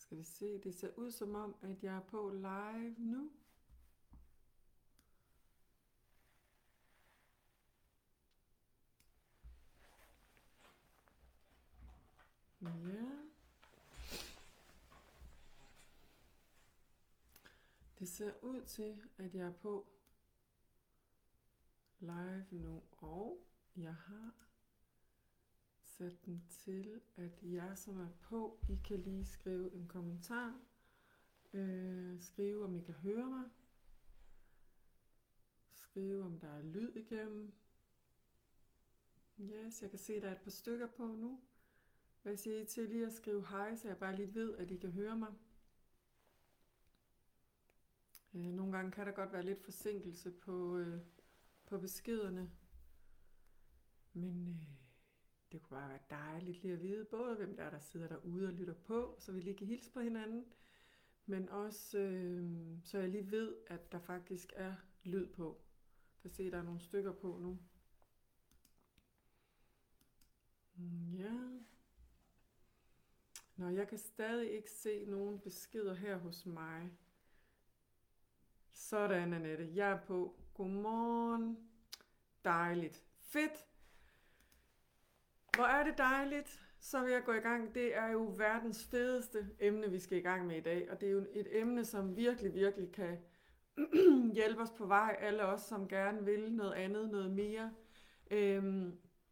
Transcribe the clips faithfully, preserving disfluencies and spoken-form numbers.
Skal vi se, det ser ud som om, at jeg er på live nu. Ja. Det ser ud til, at jeg er på live nu, og jeg har sat den til, at jer, som er på, I kan lige skrive en kommentar. Øh, skrive, om I kan høre mig. Skrive, om der er lyd igennem. Yes, jeg kan se, at der er et par stykker på nu. Hvad siger I til lige at skrive hej, så jeg bare lige ved, at I kan høre mig? Øh, nogle gange kan der godt være lidt forsinkelse på, øh, på beskederne. Men øh, det kunne bare være dejligt lige at vide, både hvem der er, der sidder derude og lytter på, så vi lige kan hilse på hinanden. Men også, øh, så jeg lige ved, at der faktisk er lyd på. Jeg kan se, at der er nogle stykker på nu. Ja. Nå, jeg kan stadig ikke se nogen beskeder her hos mig. Sådan, Annette. Jeg er på. Godmorgen. Dejligt. Fedt. Hvor er det dejligt. Så vil jeg gå i gang. Det er jo verdens fedeste emne, vi skal i gang med i dag. Og det er jo et emne, som virkelig, virkelig kan hjælpe os på vej. Alle os, som gerne vil noget andet, noget mere. Øhm,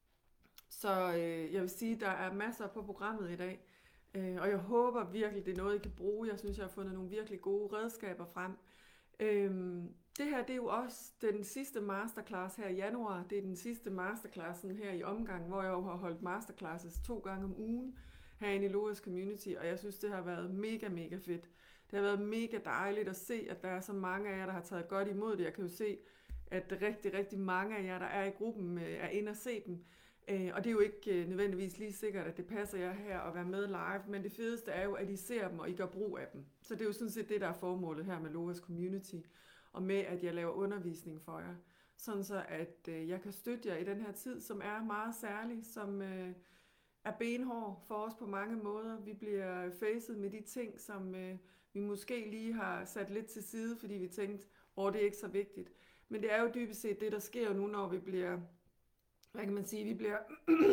så øh, jeg vil sige, at der er masser på programmet i dag. Øh, og jeg håber virkelig, det er noget, I kan bruge. Jeg synes, jeg har fundet nogle virkelig gode redskaber frem. Øhm, det her, det er jo også den sidste masterclass her i januar. Det er den sidste masterclassen her i omgang, hvor jeg jo har holdt masterclasses to gange om ugen herinde i Loas Community. Og jeg synes, det har været mega, mega fedt. Det har været mega dejligt at se, at der er så mange af jer, der har taget godt imod det. Jeg kan jo se, at rigtig, rigtig mange af jer, der er i gruppen, er inde og se dem. Og det er jo ikke nødvendigvis lige sikkert, at det passer jer her at være med live, men det fedeste er jo, at I ser dem, og I gør brug af dem. Så det er jo sådan set det, der er formålet her med Loas Community, og med, at jeg laver undervisning for jer. Sådan så, at jeg kan støtte jer i den her tid, som er meget særlig, som er benhård for os på mange måder. Vi bliver facet med de ting, som vi måske lige har sat lidt til side, fordi vi tænkte, åh, det er ikke så vigtigt. Men det er jo dybest set det, der sker nu, når vi bliver... Hvad kan man sige? Vi bliver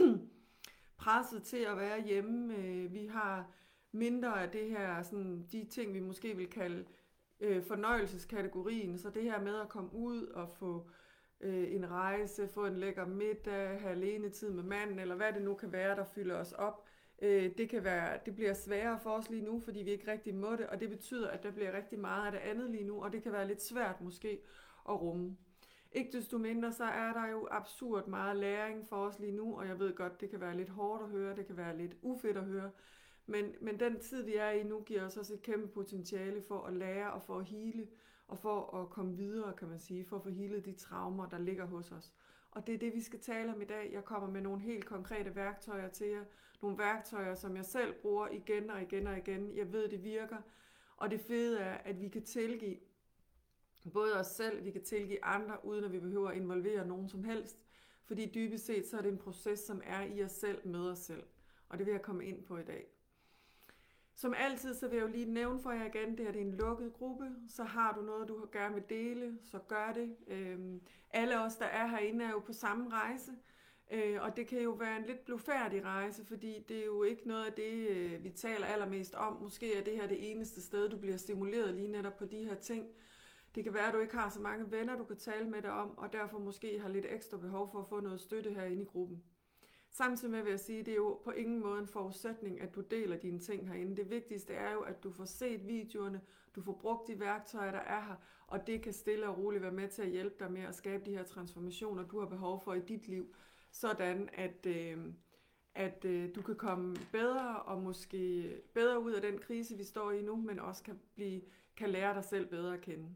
presset til at være hjemme. Vi har mindre af det her, sådan, de ting, vi måske vil kalde øh, fornøjelseskategorien. Så det her med at komme ud og få øh, en rejse, få en lækker middag, have alene tid med manden, eller hvad det nu kan være, der fylder os op. Øh, det, kan være, det bliver sværere for os lige nu, fordi vi ikke rigtig må det, og det betyder, at der bliver rigtig meget af det andet lige nu, og det kan være lidt svært måske at rumme. Ikke desto mindre, så er der jo absurd meget læring for os lige nu, og jeg ved godt, det kan være lidt hårdt at høre, det kan være lidt ufedt at høre, men, men den tid, vi er i nu, giver os også et kæmpe potentiale for at lære og for at hele, og for at komme videre, kan man sige, for at få healet de traumer, der ligger hos os. Og det er det, vi skal tale om i dag. Jeg kommer med nogle helt konkrete værktøjer til jer, nogle værktøjer, som jeg selv bruger igen og igen og igen. Jeg ved, det virker, og det fede er, at vi kan tilgive både os selv, vi kan tilgive andre, uden at vi behøver at involvere nogen som helst. Fordi dybest set, så er det en proces, som er i os selv, med os selv. Og det vil jeg komme ind på i dag. Som altid, så vil jeg jo lige nævne for jer igen, det her det er en lukket gruppe. Så har du noget, du gerne vil dele, så gør det. Øhm, alle os, der er herinde, er jo på samme rejse. Øh, og det kan jo være en lidt blufærdig rejse, fordi det er jo ikke noget af det, øh, vi taler allermest om. Måske er det her det eneste sted, du bliver stimuleret lige netop på de her ting. Det kan være, at du ikke har så mange venner, du kan tale med dig om, og derfor måske har lidt ekstra behov for at få noget støtte herinde i gruppen. Samtidig med vil jeg sige, at det er jo på ingen måde en forudsætning, at du deler dine ting herinde. Det vigtigste er jo, at du får set videoerne, du får brugt de værktøjer, der er her, og det kan stille og roligt være med til at hjælpe dig med at skabe de her transformationer, du har behov for i dit liv, sådan at, øh, at øh, du kan komme bedre og måske bedre ud af den krise, vi står i nu, men også kan, blive, kan lære dig selv bedre at kende.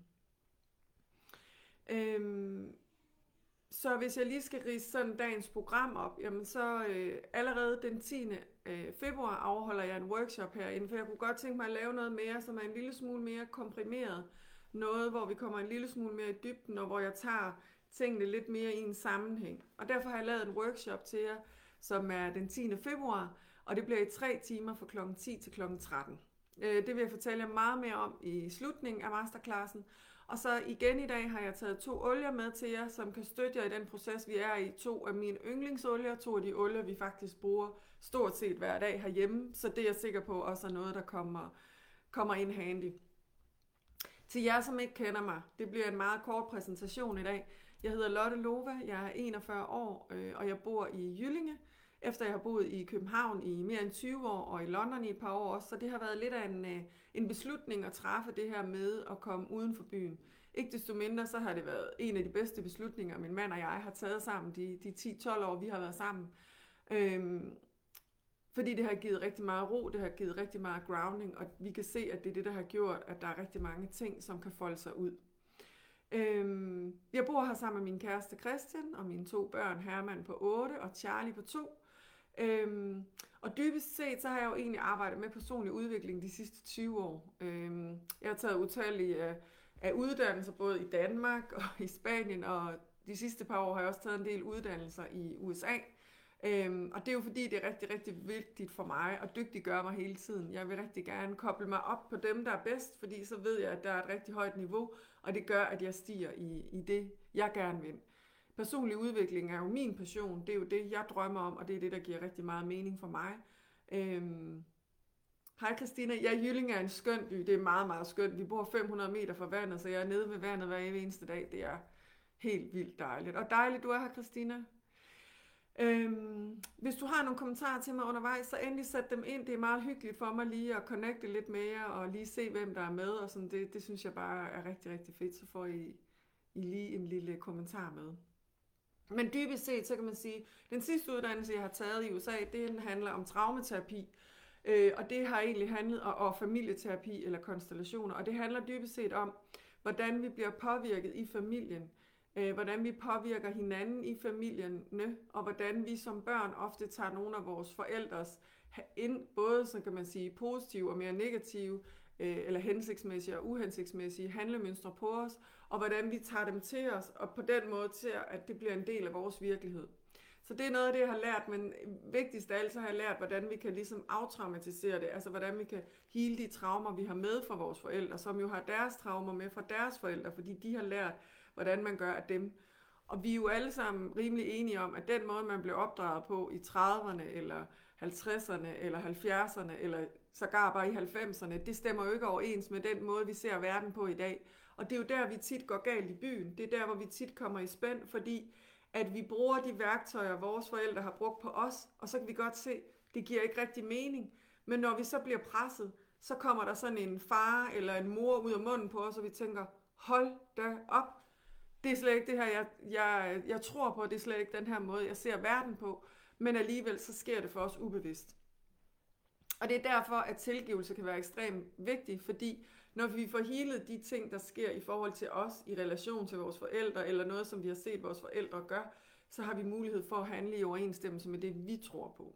Øhm, så hvis jeg lige skal ridse sådan dagens program op, jamen så øh, allerede den tiende februar afholder jeg en workshop herinde, for jeg kunne godt tænke mig at lave noget mere, som er en lille smule mere komprimeret. Noget, hvor vi kommer en lille smule mere i dybden, og hvor jeg tager tingene lidt mere i en sammenhæng. Og derfor har jeg lavet en workshop til jer, som er den tiende februar, og det bliver i tre timer fra klokken ti til klokken tretten. Øh, det vil jeg fortælle jer meget mere om i slutningen af masterclassen. Og så igen i dag har jeg taget to olier med til jer, som kan støtte jer i den proces, vi er i. To af mine yndlingsolier, to af de olier, vi faktisk bruger stort set hver dag herhjemme. Så det er jeg sikker på også er noget, der kommer, kommer ind handy. Til jer, som ikke kender mig, det bliver en meget kort præsentation i dag. Jeg hedder Lotte Lova, jeg er enogfyrre år, øh, og jeg bor i Jyllinge, efter jeg har boet i København i mere end tyve år, og i London i et par år også. Så det har været lidt af en, øh, en beslutning at træffe det her med at komme uden for byen. Ikke desto mindre, så har det været en af de bedste beslutninger, min mand og jeg har taget sammen de, de ti tolv år, vi har været sammen. Øhm, Fordi det har givet rigtig meget ro, det har givet rigtig meget grounding, og vi kan se, at det er det, der har gjort, at der er rigtig mange ting, som kan folde sig ud. Øhm, jeg bor her sammen med min kæreste Christian, og mine to børn, Herman på otte og Charlie på to. Øhm, og dybest set, så har jeg jo egentlig arbejdet med personlig udvikling de sidste tyve år. Øhm, jeg har taget utallige af, af uddannelser, både i Danmark og i Spanien, og de sidste par år har jeg også taget en del uddannelser i U S A. Øhm, og det er jo fordi, det er rigtig, rigtig vigtigt for mig at dygtiggøre mig hele tiden. Jeg vil rigtig gerne koble mig op på dem, der er bedst, fordi så ved jeg, at der er et rigtig højt niveau, og det gør, at jeg stiger i, i det, jeg gerne vil. Personlig udvikling er jo min passion, det er jo det, jeg drømmer om, og det er det, der giver rigtig meget mening for mig. Øhm, Hej Christina, ja, Jyllinge er en skøn by, det er meget, meget skønt. Vi bor fem hundrede meter fra vandet, så jeg er nede ved vandet hver eneste dag. Det er helt vildt dejligt. Og dejligt, du er her, Christina. Øhm, hvis du har nogle kommentarer til mig undervejs, så endelig sæt dem ind. Det er meget hyggeligt for mig lige at connecte lidt med jer, og lige se, hvem der er med. Og sådan. Det, det synes jeg bare er rigtig, rigtig fedt. Så får I, I lige en lille kommentar med. Men dybest set, så kan man sige, den sidste uddannelse, jeg har taget i U S A, det handler om traumaterapi. Øh, og det har egentlig handlet om og familieterapi eller konstellationer. Og det handler dybest set om, hvordan vi bliver påvirket i familien. Øh, hvordan vi påvirker hinanden i familierne, og hvordan vi som børn ofte tager nogle af vores forældres ind, både så kan man sige positive og mere negative, øh, eller hensigtsmæssige og uhensigtsmæssige handlemønstre på os, og hvordan vi tager dem til os, og på den måde til, at det bliver en del af vores virkelighed. Så det er noget af det, jeg har lært, men vigtigst af alt så har jeg lært, hvordan vi kan ligesom aftraumatisere det, altså hvordan vi kan hele de traumer, vi har med fra vores forældre, som jo har deres traumer med fra deres forældre, fordi de har lært, hvordan man gør af dem. Og vi er jo alle sammen rimelig enige om, at den måde, man blev opdraget på i trediverne, eller halvtredserne, eller halvfjerdserne, eller sågar bare i halvfemserne, det stemmer jo ikke overens med den måde, vi ser verden på i dag. Og det er jo der, vi tit går galt i byen. Det er der, hvor vi tit kommer i spænd, fordi at vi bruger de værktøjer, vores forældre har brugt på os, og så kan vi godt se, det giver ikke rigtig mening. Men når vi så bliver presset, så kommer der sådan en far eller en mor ud af munden på os, og vi tænker, hold da op. Det er slet ikke det her, jeg, jeg, jeg tror på, det er slet ikke den her måde, jeg ser verden på, men alligevel så sker det for os ubevidst. Og det er derfor, at tilgivelse kan være ekstremt vigtig, fordi når vi får healet de ting, der sker i forhold til os, i relation til vores forældre, eller noget, som vi har set vores forældre gøre, så har vi mulighed for at handle i overensstemmelse med det, vi tror på.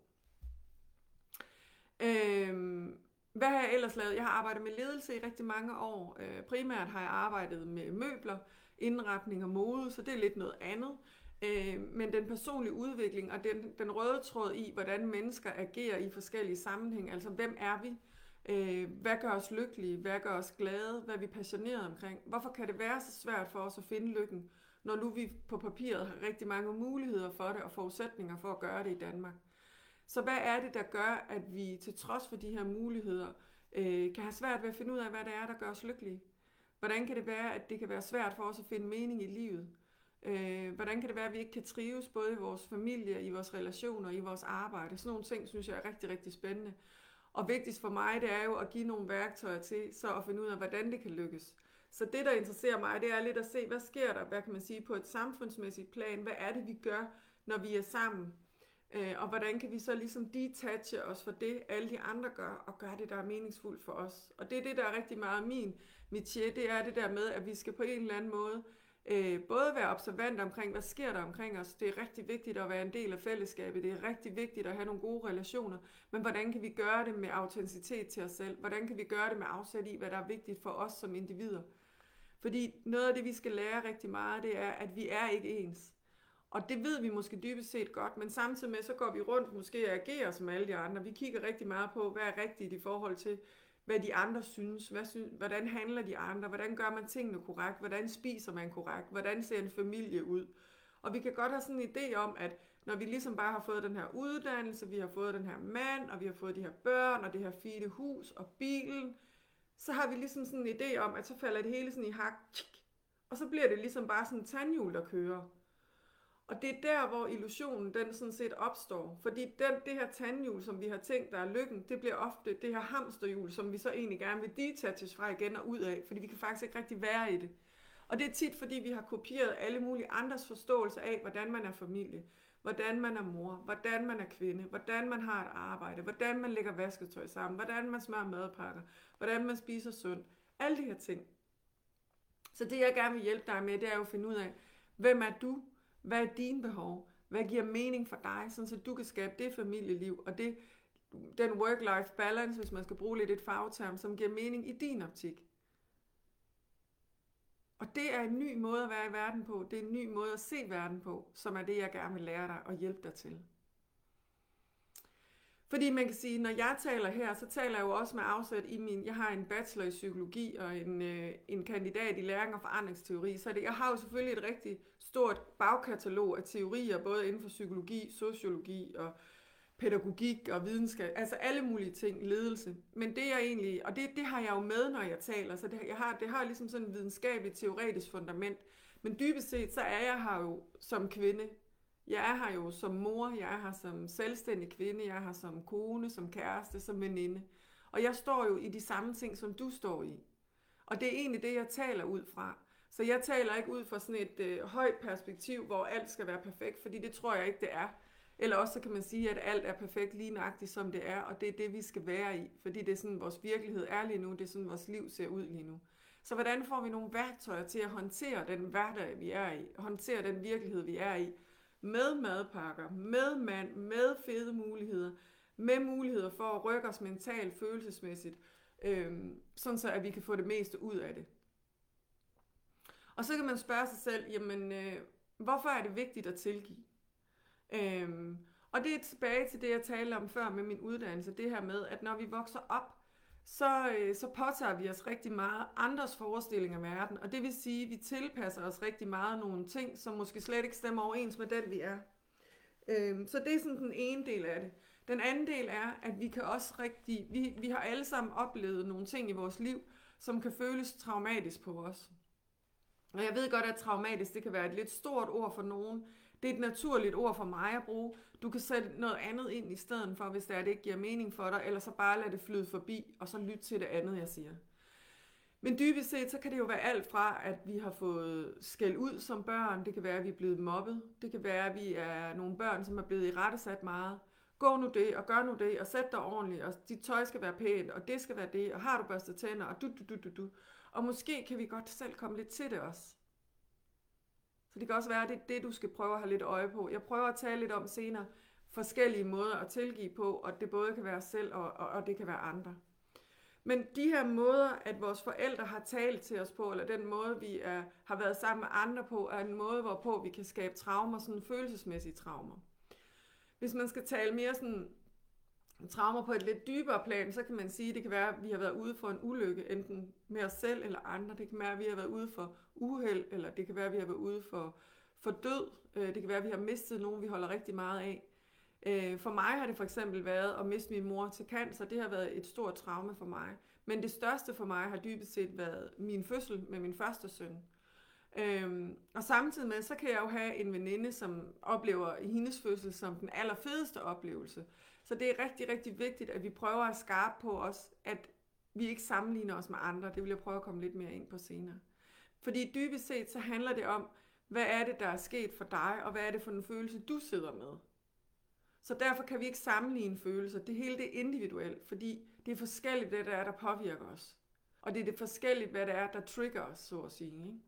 Øhm, hvad har jeg ellers lavet? Jeg har arbejdet med ledelse i rigtig mange år. Øh, primært har jeg arbejdet med møbler, indretning og mode, så det er lidt noget andet. Øh, men den personlige udvikling og den, den røde tråd i, hvordan mennesker agerer i forskellige sammenhæng, altså hvem er vi? Øh, hvad gør os lykkelige? Hvad gør os glade? Hvad er vi passionerede omkring? Hvorfor kan det være så svært for os at finde lykken, når nu vi på papiret har rigtig mange muligheder for det og forudsætninger for at gøre det i Danmark? Så hvad er det, der gør, at vi til trods for de her muligheder øh, kan have svært ved at finde ud af, hvad det er, der gør os lykkelige? Hvordan kan det være, at det kan være svært for os at finde mening i livet? Øh, hvordan kan det være, at vi ikke kan trives både i vores familie, i vores relationer, i vores arbejde? Sådan nogle ting, synes jeg er rigtig, rigtig spændende. Og vigtigst for mig, det er jo at give nogle værktøjer til, så at finde ud af, hvordan det kan lykkes. Så det, der interesserer mig, det er lidt at se, hvad sker der, hvad kan man sige, på et samfundsmæssigt plan? Hvad er det, vi gør, når vi er sammen? Øh, og hvordan kan vi så ligesom detache os for det, alle de andre gør, og gøre det, der er meningsfuldt for os? Og det er det, der er rigtig meget min métier, det er det der med, at vi skal på en eller anden måde øh, både være observant omkring, hvad sker der omkring os. Det er rigtig vigtigt at være en del af fællesskabet, det er rigtig vigtigt at have nogle gode relationer, men hvordan kan vi gøre det med autenticitet til os selv? Hvordan kan vi gøre det med afsæt i, hvad der er vigtigt for os som individer? Fordi noget af det, vi skal lære rigtig meget, det er, at vi er ikke ens. Og det ved vi måske dybest set godt, men samtidig med, så går vi rundt måske og agerer som alle de andre. Vi kigger rigtig meget på, hvad er rigtigt i forhold til, hvad de andre synes, hvad synes, hvordan handler de andre, hvordan gør man tingene korrekt, hvordan spiser man korrekt, hvordan ser en familie ud. Og vi kan godt have sådan en idé om, at når vi ligesom bare har fået den her uddannelse, vi har fået den her mand, og vi har fået de her børn, og det her fine hus og bilen, så har vi ligesom sådan en idé om, at så falder det hele sådan i hak, og så bliver det ligesom bare sådan en tandhjul, der kører. Og det er der, hvor illusionen den sådan set opstår. Fordi den, det her tandhjul, som vi har tænkt, der er lykken, det bliver ofte det her hamsterhjul, som vi så egentlig gerne vil detaches fra igen og ud af, fordi vi kan faktisk ikke rigtig være i det. Og det er tit, fordi vi har kopieret alle mulige andres forståelse af, hvordan man er familie, hvordan man er mor, hvordan man er kvinde, hvordan man har et arbejde, hvordan man lægger vasketøj sammen, hvordan man smører madpakker, hvordan man spiser sundt. Alle de her ting. Så det, jeg gerne vil hjælpe dig med, det er jo at finde ud af, hvem er du? Hvad er dine behov? Hvad giver mening for dig, sådan så du kan skabe det familieliv, og det, den work-life balance, hvis man skal bruge lidt et fagterm, som giver mening i din optik. Og det er en ny måde at være i verden på. Det er en ny måde at se verden på, som er det, jeg gerne vil lære dig og hjælpe dig til. Fordi man kan sige, når jeg taler her, så taler jeg jo også med afsæt i min, jeg har en bachelor i psykologi og en, øh, en kandidat i læring og forandringsteori, så det, jeg har jo selvfølgelig et rigtig stort bagkatalog af teorier, både inden for psykologi, sociologi og pædagogik og videnskab, altså alle mulige ting, ledelse. Men det er egentlig, og det, det har jeg jo med, når jeg taler, så det, jeg har, det har ligesom sådan et videnskabeligt, teoretisk fundament. Men dybest set, så er jeg her jo som kvinde. Jeg er her jo som mor, jeg er her som selvstændig kvinde, jeg er her som kone, som kæreste, som veninde. Og jeg står jo i de samme ting, som du står i. Og det er egentlig det, jeg taler ud fra. Så jeg taler ikke ud fra sådan et øh, højt perspektiv, hvor alt skal være perfekt, fordi det tror jeg ikke, det er. Eller også så kan man sige, at alt er perfekt lige nøjagtigt, som det er, og det er det, vi skal være i. Fordi det er sådan, vores virkelighed er lige nu, det er sådan, vores liv ser ud lige nu. Så hvordan får vi nogle værktøjer til at håndtere den hverdag, vi er i, håndtere den virkelighed, vi er i, med madpakker, med mand, med fede muligheder, med muligheder for at rykke os mentalt, følelsesmæssigt, øhm, sådan så at vi kan få det meste ud af det. Og så kan man spørge sig selv, jamen, øh, hvorfor er det vigtigt at tilgive? Øhm, og det er tilbage til det, jeg talte om før med min uddannelse, det her med, at når vi vokser op, så, øh, så påtager vi os rigtig meget andres forestillinger af verden, og det vil sige, at vi tilpasser os rigtig meget nogle ting, som måske slet ikke stemmer overens med den, vi er. Øhm, så det er sådan den ene del af det. Den anden del er, at vi kan også rigtig, vi, vi har alle sammen oplevet nogle ting i vores liv, som kan føles traumatisk på os. Og jeg ved godt, at traumatisk, det kan være et lidt stort ord for nogen. Det er et naturligt ord for mig at bruge. Du kan sætte noget andet ind i stedet for, hvis det, er, det ikke giver mening for dig, eller så bare lade det flyde forbi, og så lyt til det andet, jeg siger. Men dybest set, så kan det jo være alt fra, at vi har fået skæld ud som børn. Det kan være, at vi er blevet mobbet. Det kan være, at vi er nogle børn, som er blevet irettesat meget. Gå nu det, og gør nu det, og sæt dig ordentligt, og dit tøj skal være pænt, og det skal være det, og har du børstet tænder, og du, du, du, du, du. Og måske kan vi godt selv komme lidt til det også. Så det kan også være, at det er det, du skal prøve at have lidt øje på. Jeg prøver at tale lidt om senere forskellige måder at tilgive på, og det både kan være os selv, og, og, og det kan være andre. Men de her måder, at vores forældre har talt til os på, eller den måde, vi er, har været sammen med andre på, er en måde, hvorpå vi kan skabe traumer, sådan følelsesmæssige traumer. Hvis man skal tale mere sådan traumer på et lidt dybere plan, så kan man sige, at det kan være, at vi har været ude for en ulykke, enten med os selv eller andre. Det kan være, at vi har været ude for uheld, eller det kan være, at vi har været ude for, for død. Det kan være, at vi har mistet nogen, vi holder rigtig meget af. For mig har det for eksempel været at miste min mor til cancer. Det har været et stort traume for mig. Men det største for mig har dybest set været min fødsel med min første søn. Øhm, og samtidig med, så kan jeg jo have en veninde, som oplever hendes fødsel som den allerfedeste oplevelse. Så det er rigtig, rigtig vigtigt, at vi prøver at skarpe på os, at vi ikke sammenligner os med andre. Det vil jeg prøve at komme lidt mere ind på senere. Fordi dybest set, så handler det om, hvad er det, der er sket for dig, og hvad er det for en følelse, du sidder med. Så derfor kan vi ikke sammenligne følelser. Det hele det er individuelt, fordi det er forskelligt, hvad det er, der påvirker os. Og det er det forskelligt, hvad det er, der trigger os, så at sige, ikke?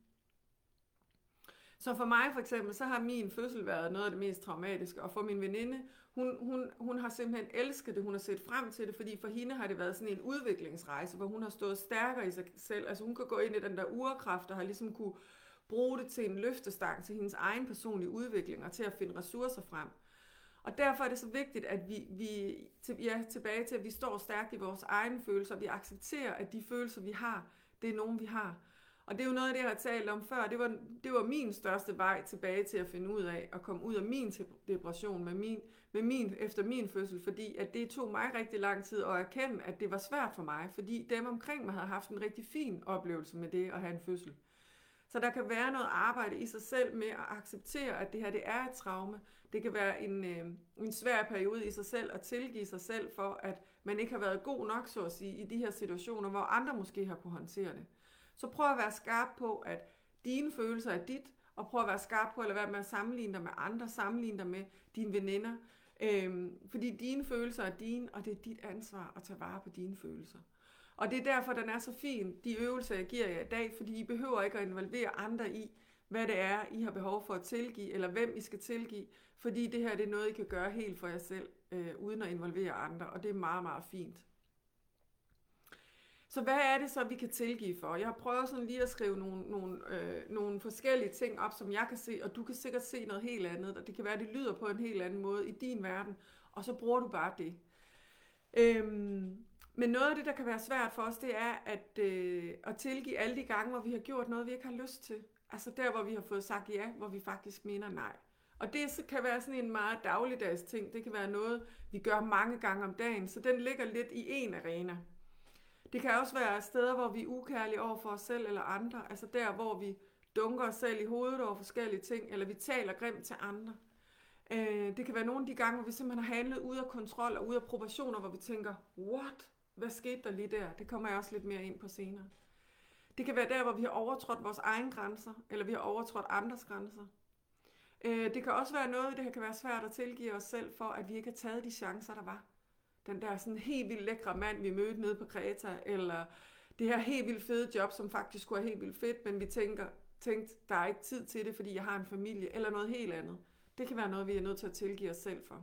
Så for mig for eksempel, så har min fødsel været noget af det mest traumatiske, og for min veninde, hun, hun, hun har simpelthen elsket det, hun har set frem til det, fordi for hende har det været sådan en udviklingsrejse, hvor hun har stået stærkere i sig selv, altså hun kan gå ind i den der urkraft, og har ligesom kunne bruge det til en løftestang til hendes egen personlige udvikling, og til at finde ressourcer frem. Og derfor er det så vigtigt, at vi, vi ja, tilbage til, at vi står stærkt i vores egne følelser, og vi accepterer, at de følelser, vi har, det er nogen, vi har. Og det er jo noget af det, jeg har talt om før. Det var, det var min største vej tilbage til at finde ud af, at komme ud af min depression med min, med min, efter min fødsel, fordi at det tog mig rigtig lang tid at erkende, at det var svært for mig, fordi dem omkring mig havde haft en rigtig fin oplevelse med det at have en fødsel. Så der kan være noget arbejde i sig selv med at acceptere, at det her det er et traume. Det kan være en, øh, en svær periode i sig selv at tilgive sig selv for, at man ikke har været god nok, så at sige, i de her situationer, hvor andre måske har kunne håndtere det. Så prøv at være skarp på, at dine følelser er dit, og prøv at være skarp på at lade være med at sammenligne dig med andre, sammenligne dig med dine veninder. Øhm, fordi dine følelser er dine, og det er dit ansvar at tage vare på dine følelser. Og det er derfor, den er så fin, de øvelser, jeg giver jer i dag, fordi I behøver ikke at involvere andre i, hvad det er, I har behov for at tilgive, eller hvem I skal tilgive, fordi det her det er noget, I kan gøre helt for jer selv, øh, uden at involvere andre, og det er meget, meget fint. Så hvad er det så, vi kan tilgive for? Jeg har prøvet sådan lige at skrive nogle, nogle, øh, nogle forskellige ting op, som jeg kan se, og du kan sikkert se noget helt andet, og det kan være, at det lyder på en helt anden måde i din verden, og så bruger du bare det. Øhm, men noget af det, der kan være svært for os, det er at, øh, at tilgive alle de gange, hvor vi har gjort noget, vi ikke har lyst til. Altså der, hvor vi har fået sagt ja, hvor vi faktisk mener nej. Og det kan være sådan en meget dagligdags ting. Det kan være noget, vi gør mange gange om dagen, så den ligger lidt i en arena. Det kan også være steder, hvor vi er ukærlige over for os selv eller andre. Altså der, hvor vi dunker os selv i hovedet over forskellige ting, eller vi taler grimt til andre. Det kan være nogle af de gange, hvor vi simpelthen har handlet ud af kontrol og ud af proportioner, hvor vi tænker, what? Hvad skete der lige der? Det kommer jeg også lidt mere ind på senere. Det kan være der, hvor vi har overtrådt vores egne grænser, eller vi har overtrådt andres grænser. Det kan også være noget, det her kan være svært at tilgive os selv for, at vi ikke har taget de chancer, der var. Den der sådan helt vildt lækre mand, vi mødte nede på Kreta, eller det her helt vildt fede job, som faktisk skulle være helt vildt fedt, men vi tænker, tænkte, der er ikke tid til det, fordi jeg har en familie, eller noget helt andet. Det kan være noget, vi er nødt til at tilgive os selv for.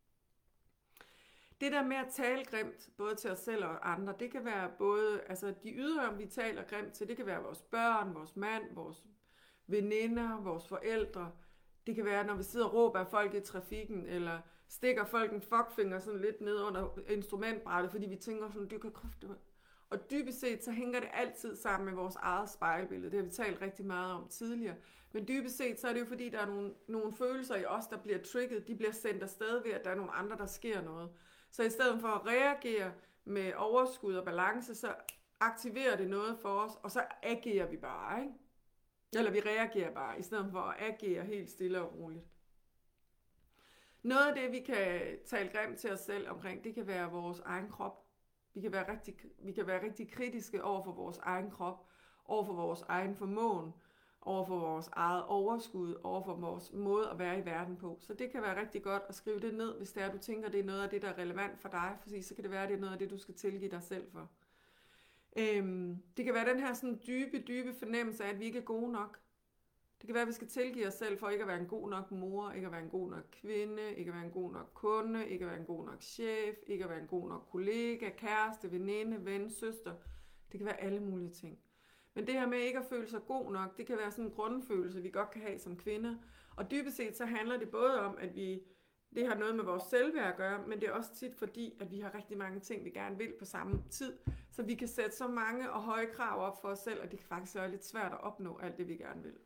Det der med at tale grimt, både til os selv og andre, det kan være både, altså de ydre, vi taler grimt til, det kan være vores børn, vores mand, vores veninder, vores forældre. Det kan være, når vi sidder og råber af folk i trafikken, eller stikker folk en fuckfinger sådan lidt ned under instrumentbrættet, fordi vi tænker sådan, det kan kræfte. Og dybest set, så hænger det altid sammen med vores eget spejlbillede. Det har vi talt rigtig meget om tidligere. Men dybest set, så er det jo fordi, der er nogle, nogle følelser i os, der bliver trigget. De bliver sendt afsted ved, at der er nogle andre, der sker noget. Så i stedet for at reagere med overskud og balance, så aktiverer det noget for os, og så agerer vi bare, ikke? Eller vi reagerer bare, i stedet for at agere helt stille og roligt. Noget af det, vi kan tale grimt til os selv omkring, det kan være vores egen krop. Vi kan være rigtig, vi kan være rigtig kritiske over for vores egen krop, over for vores egen formåen, over for vores eget overskud, over for vores måde at være i verden på. Så det kan være rigtig godt at skrive det ned, hvis det er, du tænker, det er noget af det, der er relevant for dig, fordi så kan det være, det er noget af det, du skal tilgive dig selv for. Øhm, det kan være den her sådan dybe, dybe fornemmelse af, at vi ikke er gode nok. Det kan være, at vi skal tilgive os selv for ikke at være en god nok mor, ikke at være en god nok kvinde, ikke at være en god nok kunde, ikke at være en god nok chef, ikke at være en god nok kollega, kæreste, veninde, ven, søster. Det kan være alle mulige ting. Men det her med ikke at føle sig god nok, det kan være sådan en grundfølelse, vi godt kan have som kvinder. Og dybest set så handler det både om, at vi, det har noget med vores selvværd at gøre, men det er også tit fordi, at vi har rigtig mange ting, vi gerne vil på samme tid. Så vi kan sætte så mange og høje krav op for os selv, og det kan faktisk være lidt svært at opnå alt det, vi gerne vil.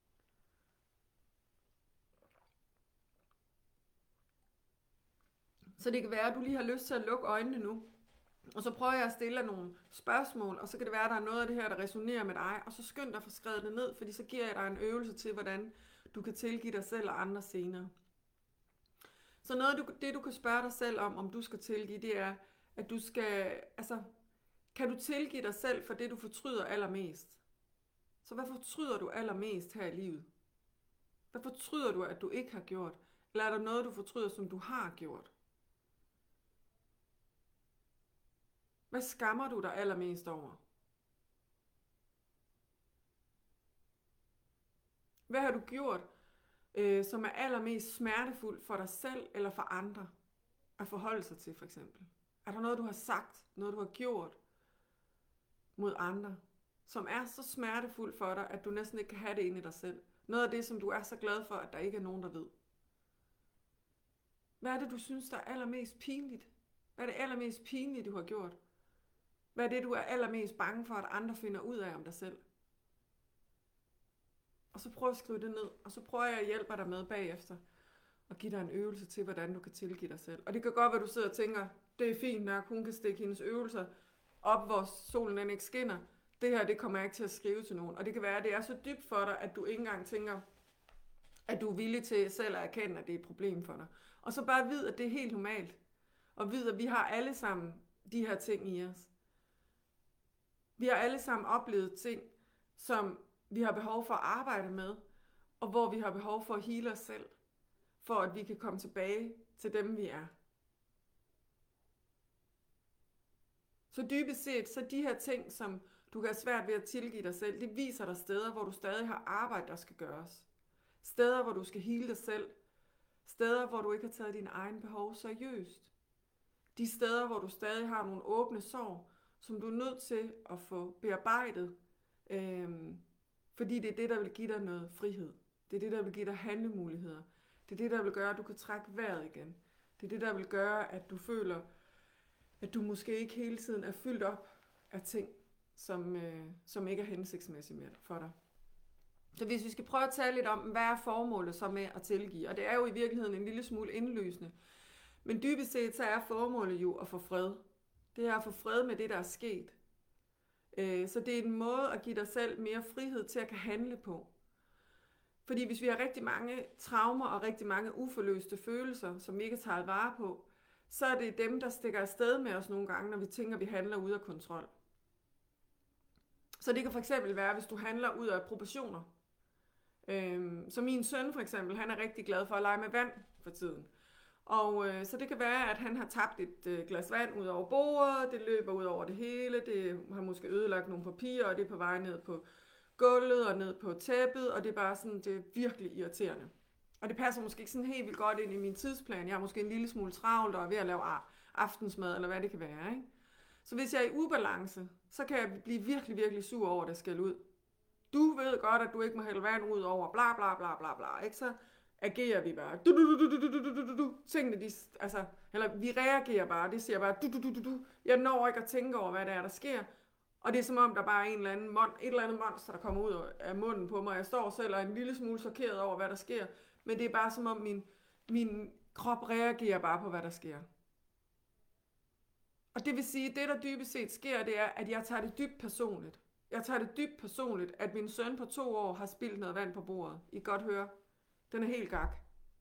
Så det kan være, at du lige har lyst til at lukke øjnene nu. Og så prøver jeg at stille dig nogle spørgsmål, og så kan det være, at der er noget af det her, der resonerer med dig. Og så skynd dig at få skrevet det ned, fordi så giver jeg dig en øvelse til, hvordan du kan tilgive dig selv og andre senere. Så noget af det, du kan spørge dig selv om, om du skal tilgive, det er, at du skal, altså, kan du tilgive dig selv for det, du fortryder allermest? Så hvad fortryder du allermest her i livet? Hvad fortryder du, at du ikke har gjort? Eller er der noget, du fortryder, som du har gjort? Hvad skammer du dig allermest over? Hvad har du gjort, øh, som er allermest smertefuldt for dig selv eller for andre at forholde sig til, for eksempel? Er der noget, du har sagt, noget du har gjort mod andre, som er så smertefuldt for dig, at du næsten ikke kan have det inde i dig selv? Noget af det, som du er så glad for, at der ikke er nogen, der ved. Hvad er det, du synes, der er allermest pinligt? Hvad er det allermest pinlige, du har gjort? Hvad er det, du er allermest bange for, at andre finder ud af om dig selv? Og så prøv at skrive det ned, og så prøver jeg at hjælpe dig med bagefter, og give dig en øvelse til, hvordan du kan tilgive dig selv. Og det kan godt være, at du sidder og tænker, det er fint nok, hun kan stikke hendes øvelser op, hvor solen den ikke skinner. Det her, det kommer jeg ikke til at skrive til nogen. Og det kan være, at det er så dybt for dig, at du ikke engang tænker, at du er villig til selv at erkende, at det er et problem for dig. Og så bare vid, at det er helt normalt. Og vid, at vi har alle sammen de her ting i os. Vi har alle sammen oplevet ting, som vi har behov for at arbejde med, og hvor vi har behov for at hele os selv, for at vi kan komme tilbage til dem, vi er. Så dybest set, så de her ting, som du kan have svært ved at tilgive dig selv, det viser dig steder, hvor du stadig har arbejde, der skal gøres. Steder, hvor du skal hele dig selv. Steder, hvor du ikke har taget dine egne behov seriøst. De steder, hvor du stadig har nogle åbne sår, som du er nødt til at få bearbejdet, øhm, fordi det er det, der vil give dig noget frihed. Det er det, der vil give dig handlemuligheder. Det er det, der vil gøre, at du kan trække vejret igen. Det er det, der vil gøre, at du føler, at du måske ikke hele tiden er fyldt op af ting, som, øh, som ikke er hensigtsmæssige for dig. Så hvis vi skal prøve at tale lidt om, hvad er formålet så med at tilgive, og det er jo i virkeligheden en lille smule indlysende, men dybest set så er formålet jo at få fred. Det er at få fred med det, der er sket. Så det er en måde at give dig selv mere frihed til at kan handle på. Fordi hvis vi har rigtig mange traumer og rigtig mange uforløste følelser, som vi ikke har taget vare på, så er det dem, der stikker afsted med os nogle gange, når vi tænker, at vi handler ud af kontrol. Så det kan for eksempel være, hvis du handler ud af proportioner. Øhm, så min søn for eksempel, han er rigtig glad for at lege med vand for tiden. Og øh, så det kan være, at han har tabt et øh, glas vand ud over bordet, det løber ud over det hele, det har måske ødelagt nogle papirer, og det er på vej ned på gulvet og ned på tæppet, og det er bare sådan, det er virkelig irriterende. Og det passer måske ikke sådan helt vildt godt ind i min tidsplan. Jeg er måske en lille smule travlt og er ved at lave aftensmad, eller hvad det kan være, ikke? Så hvis jeg er i ubalance, så kan jeg blive virkelig, virkelig sur over, at det skal ud. Du ved godt, at du ikke må hælde vand ud over, bla bla bla bla bla, ikke? Så agerer vi bare. Du, du, du, du, du, du, du, du. Tingene, de, altså, eller vi reagerer bare, det siger bare, du, du, du, du, du. Jeg når ikke at tænke over, hvad det er, der sker. Og det er som om, der bare er en eller anden mon, et eller andet monster, der kommer ud af munden på mig. Jeg står selv og er en lille smule chokeret over, hvad der sker. Men det er bare som om, min, min krop reagerer bare på, hvad der sker. Og det vil sige, at det, der dybest set sker, det er, at jeg tager det dybt personligt. Jeg tager det dybt personligt, at min søn på to år har spildt noget vand på bordet. I kan godt høre. Den er helt gak.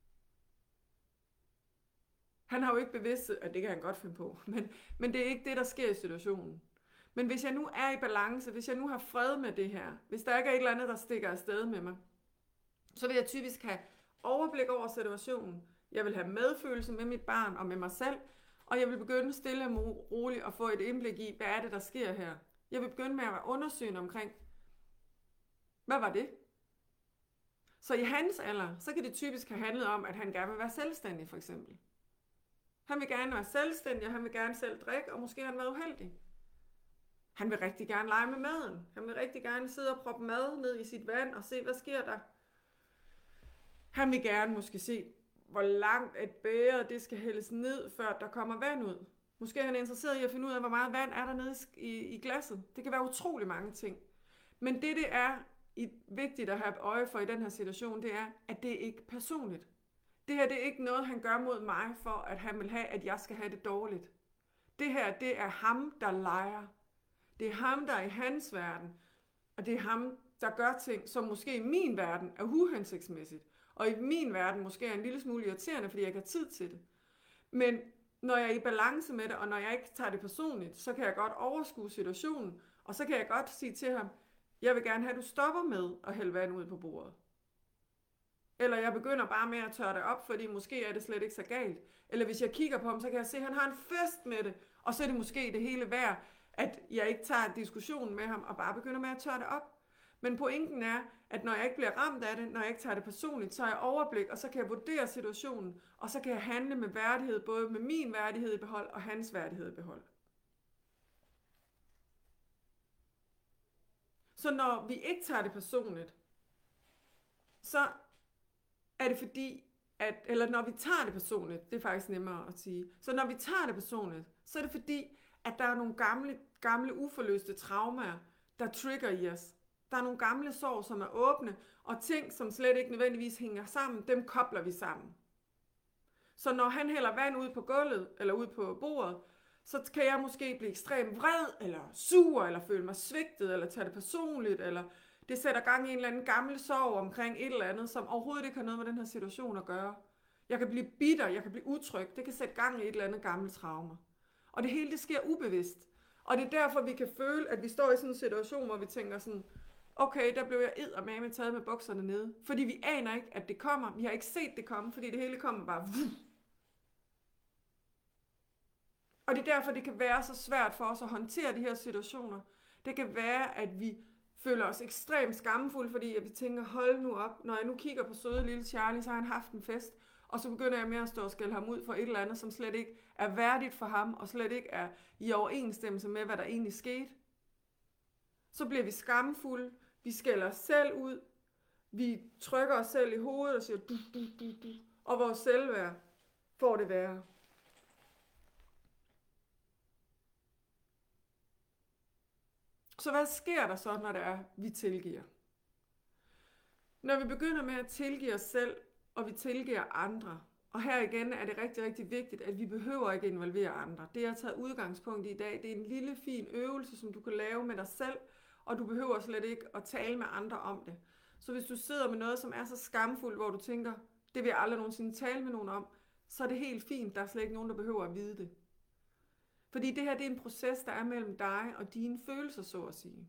Han har jo ikke bevidsthed, at det kan han godt finde på, men, men det er ikke det, der sker i situationen. Men hvis jeg nu er i balance, hvis jeg nu har fred med det her, hvis der ikke er et eller andet, der stikker afsted med mig, så vil jeg typisk have overblik over situationen. Jeg vil have medfølelse med mit barn og med mig selv, og jeg vil begynde stille og roligt at få et indblik i, hvad er det, der sker her. Jeg vil begynde med at være undersøgende omkring, hvad var det? Så i hans alder, så kan det typisk have handlet om, at han gerne vil være selvstændig, for eksempel. Han vil gerne være selvstændig, og han vil gerne selv drikke, og måske har han været uheldig. Han vil rigtig gerne lege med maden. Han vil rigtig gerne sidde og proppe mad ned i sit vand og se, hvad sker der. Han vil gerne måske se, hvor langt et bæger det skal hældes ned, før der kommer vand ud. Måske er han interesseret i at finde ud af, hvor meget vand er der nede i, i glasset. Det kan være utrolig mange ting. Men det, det er vigtigt at have øje for i den her situation, det er, at det ikke er personligt. Det her, det er ikke noget, han gør mod mig, for at han vil have, at jeg skal have det dårligt. Det her, det er ham, der leger. Det er ham, der er i hans verden. Og det er ham, der gør ting, som måske i min verden er uhensigtsmæssigt. Og i min verden måske er en lille smule irriterende, fordi jeg ikke har tid til det. Men når jeg er i balance med det, og når jeg ikke tager det personligt, så kan jeg godt overskue situationen, og så kan jeg godt sige til ham, jeg vil gerne have, at du stopper med at hælde vand ud på bordet. Eller jeg begynder bare med at tørre det op, fordi måske er det slet ikke så galt. Eller hvis jeg kigger på ham, så kan jeg se, at han har en fest med det, og så er det måske det hele værd, at jeg ikke tager diskussionen med ham og bare begynder med at tørre det op. Men pointen er, at når jeg ikke bliver ramt af det, når jeg ikke tager det personligt, så har jeg overblik, og så kan jeg vurdere situationen, og så kan jeg handle med værdighed, både med min værdighed i behold og hans værdighed i behold. Så når vi ikke tager det personligt, så er det fordi, at, eller når vi tager det personligt, det er faktisk nemmere at sige. Så når vi tager det personligt, så er det fordi, at der er nogle gamle, gamle uforløste traumer, der trigger i os. Der er nogle gamle sår, som er åbne, og ting, som slet ikke nødvendigvis hænger sammen, dem kobler vi sammen. Så når han hælder vand ud på gulvet, eller ud på bordet, så kan jeg måske blive ekstremt vred, eller sur, eller føle mig svigtet, eller tage det personligt, eller det sætter gang i en eller anden gammel sorg omkring et eller andet, som overhovedet ikke har noget med den her situation at gøre. Jeg kan blive bitter, jeg kan blive utryg, det kan sætte gang i et eller andet gammelt traume. Og det hele, det sker ubevidst. Og det er derfor, vi kan føle, at vi står i sådan en situation, hvor vi tænker sådan, okay, der blev jeg eddermame taget med bukserne nede. Fordi vi aner ikke, at det kommer. Vi har ikke set det komme, fordi det hele kommer bare. Og det er derfor, det kan være så svært for os at håndtere de her situationer. Det kan være, at vi føler os ekstremt skamfulde, fordi at vi tænker, hold nu op, når jeg nu kigger på søde lille Charlie, så har han haft en fest, og så begynder jeg med at stå og skælde ham ud for et eller andet, som slet ikke er værdigt for ham, og slet ikke er i overensstemmelse med, hvad der egentlig skete. Så bliver vi skamfulde, vi skælder os selv ud, vi trykker os selv i hovedet og siger, du, du, du, du, og vores selvværd får det værre. Så hvad sker der så, når det er, vi tilgiver? Når vi begynder med at tilgive os selv, og vi tilgiver andre, og her igen er det rigtig, rigtig vigtigt, at vi behøver ikke involvere andre. Det jeg har taget udgangspunkt i i dag, det er en lille, fin øvelse, som du kan lave med dig selv, og du behøver slet ikke at tale med andre om det. Så hvis du sidder med noget, som er så skamfuldt, hvor du tænker, det vil jeg aldrig nogensinde tale med nogen om, så er det helt fint, der er slet ikke nogen, der behøver at vide det. Fordi det her, det er en proces, der er mellem dig og dine følelser, så at sige.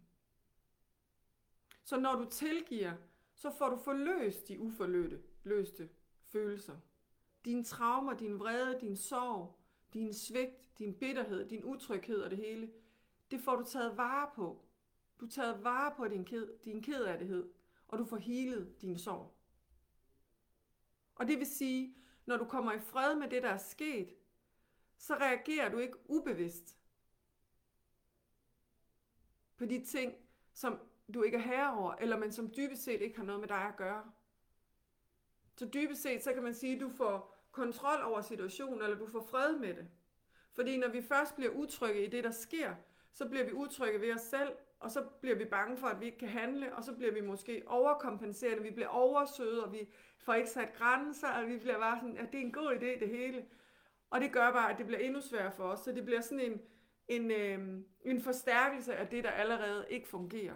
Så når du tilgiver, så får du forløst de uforløste løste følelser. Dine traumer, din vrede, din sorg, din svigt, din bitterhed, din utryghed og det hele, det får du taget vare på. Du tager vare på din, ked, din kedsomhed, og du får healet din sorg. Og det vil sige, når du kommer i fred med det, der er sket, så reagerer du ikke ubevidst på de ting, som du ikke er herre over, eller men som dybest set ikke har noget med dig at gøre. Så dybest set, så kan man sige, at du får kontrol over situationen, eller du får fred med det. Fordi når vi først bliver utrygge i det, der sker, så bliver vi utrygge ved os selv, og så bliver vi bange for, at vi ikke kan handle, og så bliver vi måske overkompenserende, vi bliver oversøde, og vi får ikke sat grænser, og vi bliver bare sådan, at det er en god idé, det hele. Og det gør bare, at det bliver endnu sværere for os, så det bliver sådan en, en, øh, en forstærkelse af det, der allerede ikke fungerer.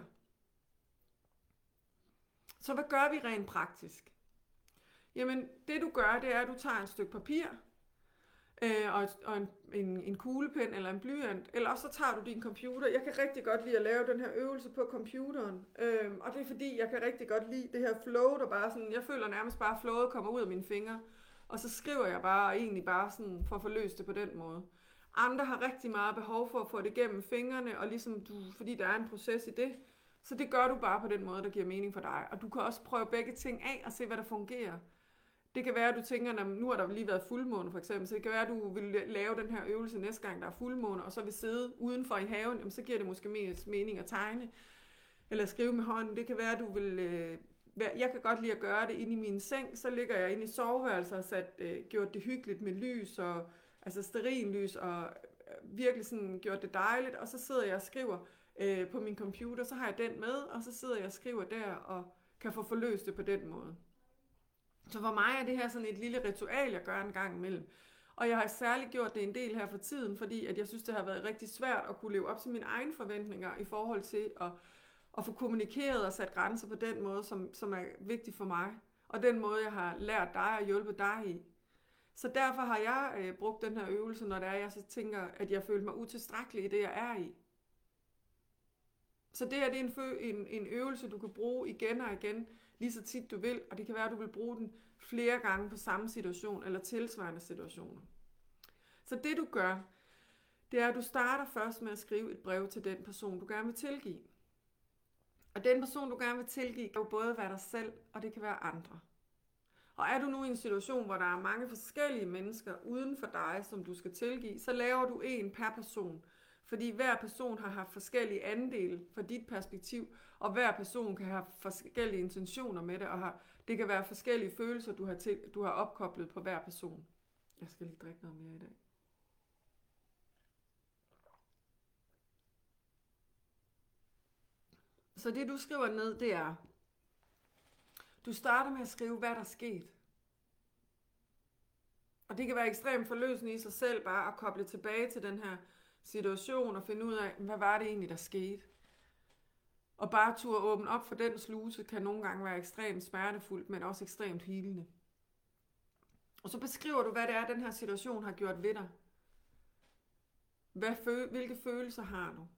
Så hvad gør vi rent praktisk? Jamen, det du gør, det er, at du tager et stykke papir, øh, og, og en, en, en kuglepen eller en blyant, eller også så tager du din computer. Jeg kan rigtig godt lide at lave den her øvelse på computeren, øh, og det er fordi, jeg kan rigtig godt lide det her flow, der bare sådan, jeg føler nærmest bare, at flowet kommer ud af mine fingre, og så skriver jeg bare, og egentlig bare sådan, for at få løst det på den måde. Andre har rigtig meget behov for at få det gennem fingrene, og ligesom du, fordi der er en proces i det, så det gør du bare på den måde, der giver mening for dig. Og du kan også prøve begge ting af og se, hvad der fungerer. Det kan være, at du tænker, at nu har der lige været fuldmåne for eksempel, så det kan være, at du vil lave den her øvelse næste gang, der er fuldmåne, og så vil sidde udenfor i haven, jamen, så giver det måske mest mening at tegne, eller skrive med hånden. Det kan være, at du vil... Øh, jeg kan godt lide at gøre det inde i min seng, så ligger jeg inde i soveværelset og sat, øh, gjort det hyggeligt med lys, og, altså stearinlys, og øh, virkelig sådan gjort det dejligt, og så sidder jeg og skriver øh, på min computer, så har jeg den med, og så sidder jeg og skriver der, og kan få forløst det på den måde. Så for mig er det her sådan et lille ritual, jeg gør en gang imellem. Og jeg har særligt gjort det en del her for tiden, fordi at jeg synes, det har været rigtig svært at kunne leve op til mine egne forventninger i forhold til at, at få kommunikeret og sat grænser på den måde, som, som er vigtig for mig. Og den måde, jeg har lært dig og hjulpet dig i. Så derfor har jeg øh, brugt den her øvelse, når det er, jeg så tænker, at jeg føler mig utilstrækkelig i det, jeg er i. Så det her det er en, en, en øvelse, du kan bruge igen og igen, lige så tit du vil, og det kan være, at du vil bruge den flere gange på samme situation, eller tilsvarende situationer. Så det du gør, det er, at du starter først med at skrive et brev til den person, du gerne vil tilgive. Og den person, du gerne vil tilgive, kan jo både være dig selv, og det kan være andre. Og er du nu i en situation, hvor der er mange forskellige mennesker uden for dig, som du skal tilgive, så laver du en per person. Fordi hver person har haft forskellige andele fra dit perspektiv, og hver person kan have forskellige intentioner med det, og har, det kan være forskellige følelser, du har, til, du har opkoblet på hver person. Jeg skal lige drikke noget mere i dag. Så det du skriver ned, det er, du starter med at skrive, hvad der er sket. Og det kan være ekstremt forløsende i sig selv, bare at koble tilbage til den her situation og finde ud af, hvad var det egentlig, der skete. Og bare turde åbne op for den sluse, kan nogle gange være ekstremt smertefuldt, men også ekstremt healende. Og så beskriver du, hvad det er, den her situation har gjort ved dig. Hvad fø- hvilke følelser har du?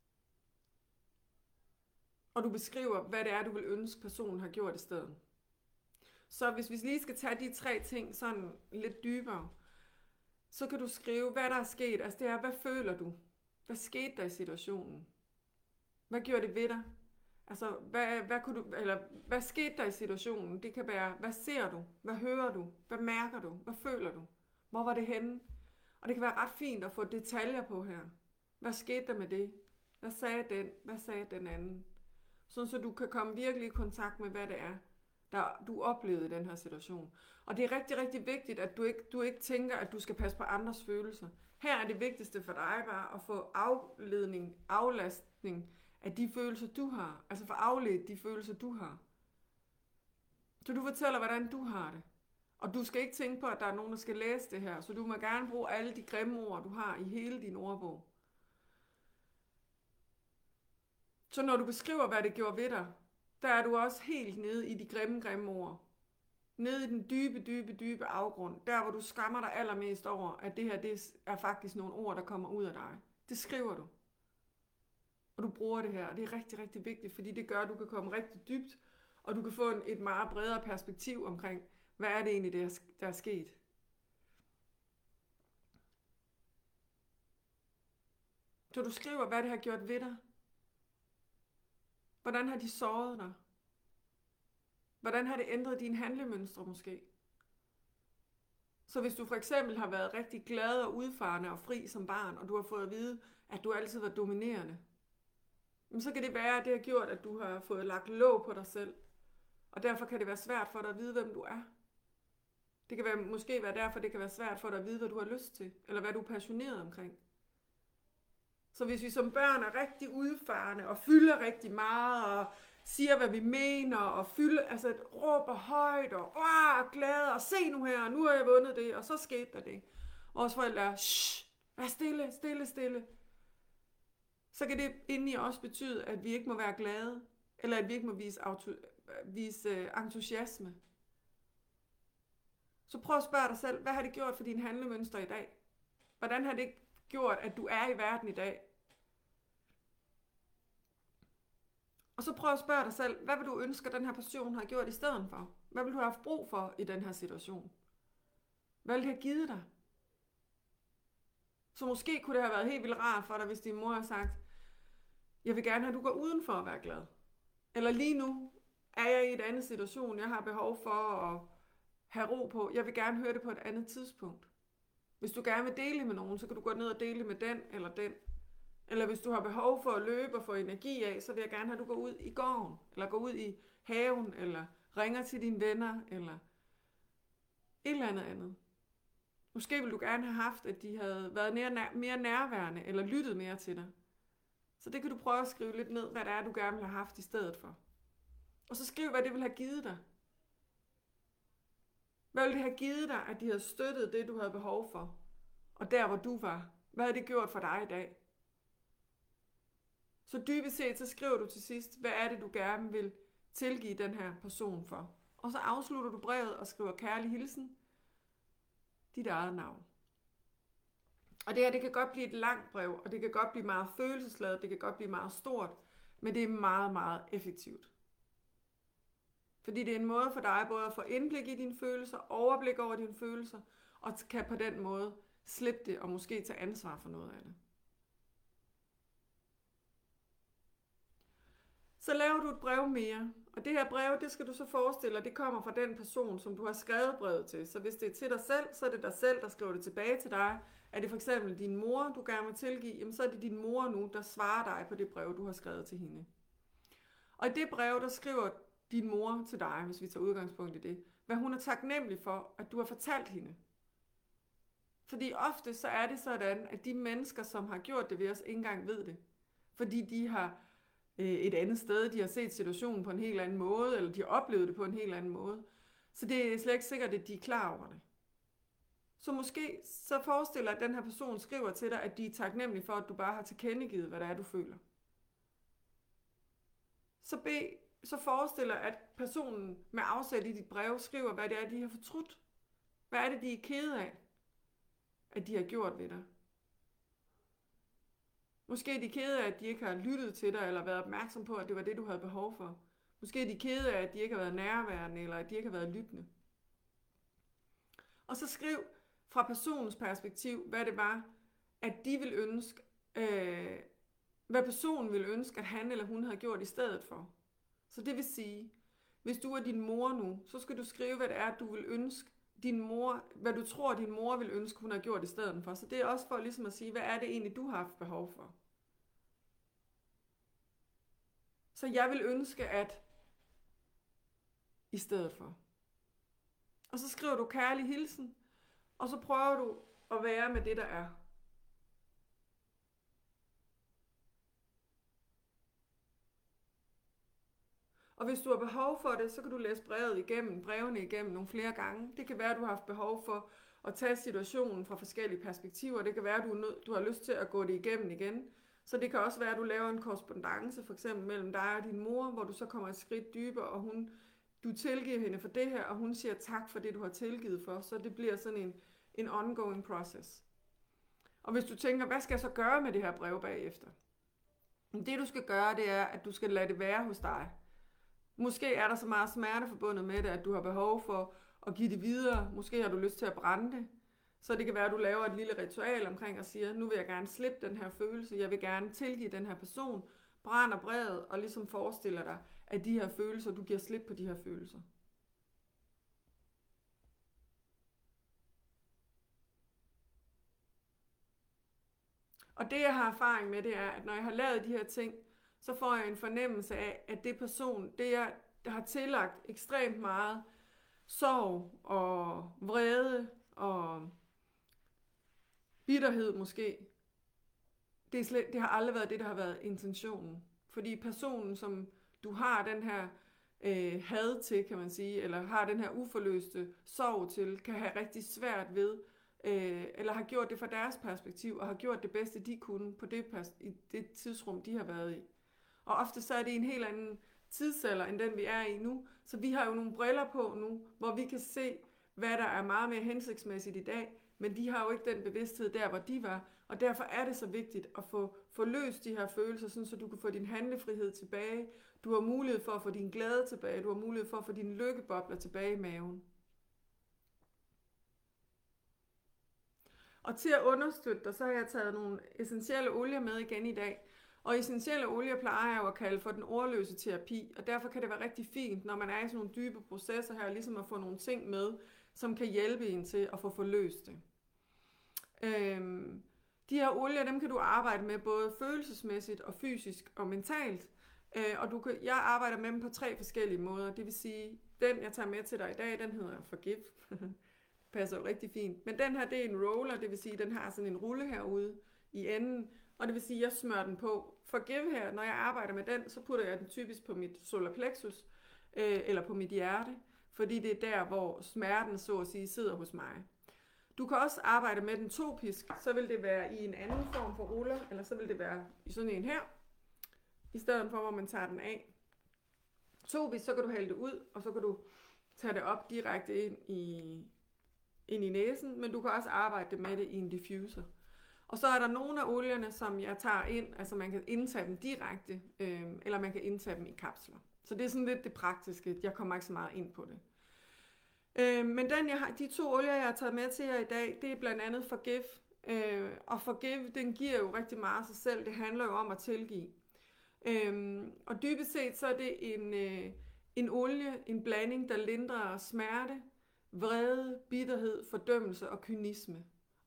Og du beskriver, hvad det er, du vil ønske, personen har gjort i stedet. Så hvis vi lige skal tage de tre ting sådan lidt dybere, så kan du skrive, hvad der er sket. Altså det er, hvad føler du? Hvad skete der i situationen? Hvad gjorde det ved dig? Altså, hvad, hvad, kunne du, eller, hvad skete der i situationen? Det kan være, hvad ser du? Hvad hører du? Hvad mærker du? Hvad føler du? Hvor var det henne? Og det kan være ret fint at få detaljer på her. Hvad skete der med det? Hvad sagde den? Hvad sagde den anden? Sådan så du kan komme virkelig i kontakt med, hvad det er, der du oplevede i den her situation. Og det er rigtig, rigtig vigtigt, at du ikke, du ikke tænker, at du skal passe på andres følelser. Her er det vigtigste for dig bare at få afledning, aflastning af de følelser, du har. Altså få afledt de følelser, du har. Så du fortæller, hvordan du har det. Og du skal ikke tænke på, at der er nogen, der skal læse det her. Så du må gerne bruge alle de grimme ord, du har i hele din ordbog. Så når du beskriver, hvad det gjorde ved dig, der er du også helt nede i de grimme, grimme ord. Nede i den dybe, dybe, dybe afgrund. Der, hvor du skammer dig allermest over, at det her det er faktisk nogle ord, der kommer ud af dig. Det skriver du. Og du bruger det her. Og det er rigtig, rigtig vigtigt, fordi det gør, at du kan komme rigtig dybt, og du kan få en, et meget bredere perspektiv omkring, hvad er det egentlig, der er, der er sket. Så du skriver, hvad det har gjort ved dig. Hvordan har de såret dig? Hvordan har det ændret dine handlemønstre måske? Så hvis du for eksempel har været rigtig glad og udfarende og fri som barn, og du har fået at vide, at du altid var dominerende, så kan det være, at det har gjort, at du har fået lagt låg på dig selv. Og derfor kan det være svært for dig at vide, hvem du er. Det kan være, måske være derfor, det kan være svært for dig at vide, hvad du har lyst til, eller hvad du er passioneret omkring. Så hvis vi som børn er rigtig udfarende og fylder rigtig meget og siger, hvad vi mener og fylder, altså råber højt og åh, glad og se nu her, nu har jeg vundet det, og så skete der det. Vores forældre er, shh, vær stille, stille, stille. Så kan det indeni også betyde, at vi ikke må være glade, eller at vi ikke må vise, auto, vise entusiasme. Så prøv at spørge dig selv, hvad har det gjort for dine handlemønstre i dag? Hvordan har det gjort, at du er i verden i dag? Og så prøv at spørge dig selv, hvad vil du ønske, at den her person har gjort i stedet for? Hvad vil du have haft brug for i den her situation? Hvad vil det have givet dig? Så måske kunne det have været helt vildt rart for dig, hvis din mor har sagt, jeg vil gerne have, at du går udenfor at være glad. Eller lige nu er jeg i et andet situation, jeg har behov for at have ro på. Jeg vil gerne høre det på et andet tidspunkt. Hvis du gerne vil dele med nogen, så kan du gå ned og dele med den eller den. Eller hvis du har behov for at løbe og få energi af, så vil jeg gerne have, at du går ud i gården, eller går ud i haven, eller ringer til dine venner, eller et eller andet andet. Måske ville du gerne have haft, at de havde været mere nærværende, eller lyttet mere til dig. Så det kan du prøve at skrive lidt ned, hvad det er, du gerne vil have haft i stedet for. Og så skriv, hvad det vil have givet dig. Hvad ville det have givet dig, at de havde støttet det, du havde behov for? Og der, hvor du var. Hvad havde det gjort for dig i dag? Så dybest set, så skriver du til sidst, hvad er det, du gerne vil tilgive den her person for? Og så afslutter du brevet og skriver kærlig hilsen, dit eget navn. Og det her, det kan godt blive et langt brev, og det kan godt blive meget følelsesladet, det kan godt blive meget stort, men det er meget, meget effektivt. Fordi det er en måde for dig både at få indblik i dine følelser, overblik over dine følelser, og kan på den måde slippe det og måske tage ansvar for noget af det. Så laver du et brev mere, og det her brev, det skal du så forestille dig, det kommer fra den person, som du har skrevet brevet til. Så hvis det er til dig selv, så er det dig selv, der skriver det tilbage til dig, Er det for eksempel din mor, du gerne vil tilgive, jamen så er det din mor nu, der svarer dig på det brev, du har skrevet til hende. Og i det brev, der skriver din mor til dig, hvis vi tager udgangspunkt i det, hvad hun er taknemmelig for, at du har fortalt hende. Fordi ofte så er det sådan, at de mennesker, som har gjort det ved os, ikke engang ved det. Fordi de har øh, et andet sted, de har set situationen på en helt anden måde, eller de har oplevet det på en helt anden måde. Så det er slet ikke sikkert, at de er klar over det. Så måske så forestiller, at den her person skriver til dig, at de er taknemmelige for, at du bare har tilkendegivet, hvad det er, du føler. Så, be, så forestiller, at personen med afsæt i dit brev skriver, hvad det er, de har fortrudt. Hvad er det, de er kede af, at de har gjort ved dig. Måske er de kede af, at de ikke har lyttet til dig, eller været opmærksom på, at det var det, du havde behov for. Måske er de kede af, at de ikke har været nærværende, eller at de ikke har været lyttende. Og så skriv fra personens perspektiv, hvad det var, at de vil ønske, øh, hvad personen vil ønske, at han eller hun havde gjort i stedet for. Så det vil sige, hvis du er din mor nu, så skal du skrive, hvad det er, du vil ønske, din mor, hvad du tror, din mor vil ønske, hun har gjort i stedet for. Så det er også for ligesom at sige, hvad er det egentlig, du har haft behov for. Så jeg vil ønske, at i stedet for. Og så skriver du kærlig hilsen, og så prøver du at være med det, der er. Og hvis du har behov for det, så kan du læse brevet igennem, brevene igennem nogle flere gange. Det kan være, at du har haft behov for at tage situationen fra forskellige perspektiver. Det kan være, at du, nød, du har lyst til at gå det igennem igen. Så det kan også være, at du laver en korrespondance, for eksempel mellem dig og din mor, hvor du så kommer et skridt dybere, og hun, du tilgiver hende for det her, og hun siger tak for det, du har tilgivet for. Så det bliver sådan en, en ongoing process. Og hvis du tænker, hvad skal jeg så gøre med det her brev bagefter? Det du skal gøre, det er, at du skal lade det være hos dig. Måske er der så meget smerte forbundet med det, at du har behov for at give det videre. Måske har du lyst til at brænde det. Så det kan være, at du laver et lille ritual omkring og siger, nu vil jeg gerne slippe den her følelse. Jeg vil gerne tilgive den her person. Brænder brevet og ligesom forestiller dig, at de her følelser, du giver slip på de her følelser. Og det jeg har erfaring med, det er, at når jeg har lavet de her ting, så får jeg en fornemmelse af, at det person, det jeg der har tillagt ekstremt meget sorg og vrede og bitterhed måske, det, er slet, det har aldrig været det, der har været intentionen. Fordi personen, som du har den her øh, had til, kan man sige, eller har den her uforløste sorg til, kan have rigtig svært ved, øh, eller har gjort det fra deres perspektiv, og har gjort det bedste, de kunne på det, i det tidsrum, de har været i. Og ofte så er det en helt anden tidsalder, end den vi er i nu. Så vi har jo nogle briller på nu, hvor vi kan se, hvad der er meget mere hensigtsmæssigt i dag, men de har jo ikke den bevidsthed der, hvor de var. Og derfor er det så vigtigt at få, få løst de her følelser, sådan, så du kan få din handlefrihed tilbage. Du har mulighed for at få din glæde tilbage. Du har mulighed for at få dine lykkebobler tilbage i maven. Og til at understøtte dig, så har jeg taget nogle essentielle olier med igen i dag. Og essentielle olier plejer jeg jo at kalde for den ordløse terapi, og derfor kan det være rigtig fint, når man er i sådan nogle dybe processer her, ligesom at få nogle ting med, som kan hjælpe en til at få forløst det. Øhm, de her olier, dem kan du arbejde med både følelsesmæssigt og fysisk og mentalt, øh, og du kan, jeg arbejder med dem på tre forskellige måder. Det vil sige, den jeg tager med til dig i dag, den hedder Forgive. Passer jo rigtig fint. Men den her, det er en roller, det vil sige, den har sådan en rulle herude i enden, og det vil sige, at jeg smører den på. Forgive her, når jeg arbejder med den, så putter jeg den typisk på mit solar plexus, øh, eller på mit hjerte, fordi det er der, hvor smerten, så at sige, sidder hos mig. Du kan også arbejde med den topisk, så vil det være i en anden form for ruller, eller så vil det være i sådan en her, i stedet for, hvor man tager den af. Topisk, så kan du hælde det ud, og så kan du tage det op direkte ind i, ind i næsen, men du kan også arbejde med det i en diffuser. Og så er der nogle af olierne, som jeg tager ind, altså man kan indtage dem direkte, øh, eller man kan indtage dem i kapsler. Så det er sådan lidt det praktiske, jeg kommer ikke så meget ind på det. Øh, men den, jeg har, de to olier, jeg har taget med til jer i dag, det er blandt andet Forgive. Øh, og Forgive, den giver jo rigtig meget sig selv, det handler jo om at tilgive. Øh, og dybest set, så er det en, øh, en olie, en blanding, der lindrer smerte, vrede, bitterhed, fordømmelse og kynisme.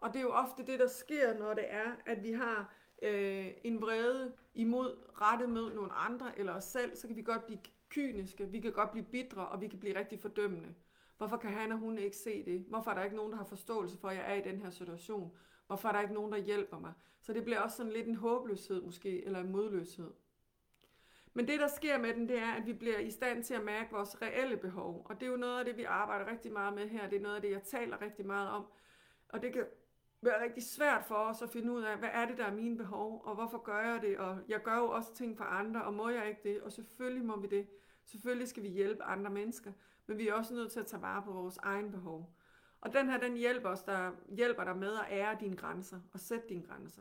Og det er jo ofte det, der sker, når det er, at vi har øh, en vrede imod, rettet mod nogle andre eller os selv, så kan vi godt blive kyniske, vi kan godt blive bitre, og vi kan blive rigtig fordømmende. Hvorfor kan han og hun ikke se det? Hvorfor er der ikke nogen, der har forståelse for, at jeg er i den her situation? Hvorfor er der ikke nogen, der hjælper mig? Så det bliver også sådan lidt en håbløshed måske, eller en modløshed. Men det, der sker med den, det er, at vi bliver i stand til at mærke vores reelle behov. Og det er jo noget af det, vi arbejder rigtig meget med her. Det er noget af det, jeg taler rigtig meget om. Og det kan være rigtig svært for os at finde ud af, hvad er det, der er mine behov, og hvorfor gør jeg det? Og jeg gør jo også ting for andre, og må jeg ikke det? Og selvfølgelig må vi det. Selvfølgelig skal vi hjælpe andre mennesker, men vi er også nødt til at tage vare på vores egen behov. Og den her, den hjælper os, der hjælper dig med at ære dine grænser, og sætte dine grænser.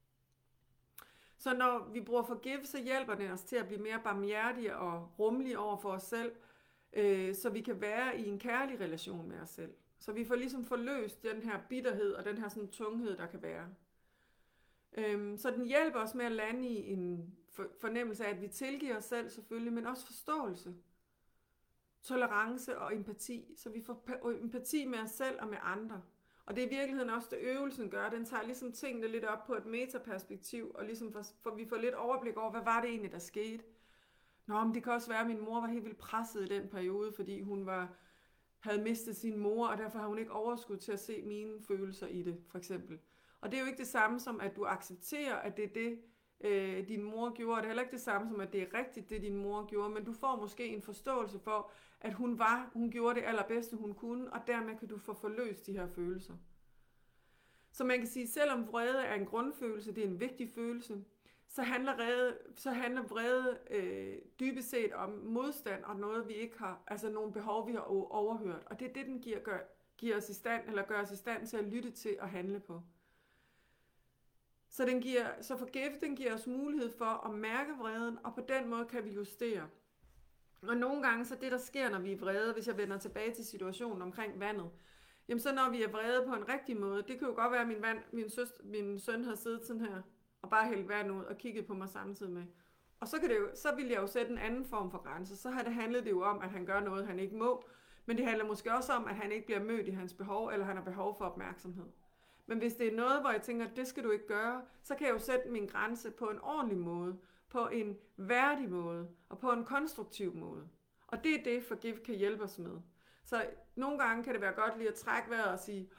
Så når vi bruger forgive, så hjælper det os til at blive mere barmhjertige og rummelige over for os selv, øh, så vi kan være i en kærlig relation med os selv. Så vi får ligesom forløst den her bitterhed og den her sådan tunghed, der kan være. Øhm, så den hjælper os med at lande i en fornemmelse af, at vi tilgiver os selv selvfølgelig, men også forståelse, tolerance og empati. Så vi får empati med os selv og med andre. Og det er i virkeligheden også det, øvelsen gør. Den tager ligesom tingene lidt op på et metaperspektiv, og ligesom for, for vi får lidt overblik over, hvad var det egentlig, der skete. Nå, men det kan også være, at min mor var helt vildt presset i den periode, fordi hun var, havde mistet sin mor, og derfor har hun ikke overskud til at se mine følelser i det, for eksempel. Og det er jo ikke det samme som, at du accepterer, at det er det, øh, din mor gjorde. Det er heller ikke det samme som, at det er rigtigt, det din mor gjorde, men du får måske en forståelse for, at hun var, hun gjorde det allerbedste, hun kunne, og dermed kan du få forløst de her følelser. Så man kan sige, selvom vrede er en grundfølelse, det er en vigtig følelse, så handler, vrede, så handler vrede øh, dybest set om modstand og noget, vi ikke har, altså nogle behov, vi har overhørt. Og det er det, den giver, gør, giver os i stand, eller gør os i stand til at lytte til og handle på. Så, den giver, så forgive, den giver os mulighed for at mærke vreden, og på den måde kan vi justere. Og nogle gange, så det der sker, når vi er vrede, hvis jeg vender tilbage til situationen omkring vandet, jamen så når vi er vrede på en rigtig måde, det kan jo godt være, at min, vand, min, søster, min søn har siddet sådan her, og bare hældt vand ud og kigget på mig samtidig med. Og så, kan det jo, så vil jeg jo sætte en anden form for grænse. Så har det handlet det jo om, at han gør noget, han ikke må, men det handler måske også om, at han ikke bliver mødt i hans behov, eller han har behov for opmærksomhed. Men hvis det er noget, hvor jeg tænker, at det skal du ikke gøre, så kan jeg jo sætte min grænse på en ordentlig måde, på en værdig måde, og på en konstruktiv måde. Og det er det, forgive kan hjælpe os med. Så nogle gange kan det være godt lige at trække vejret og sige,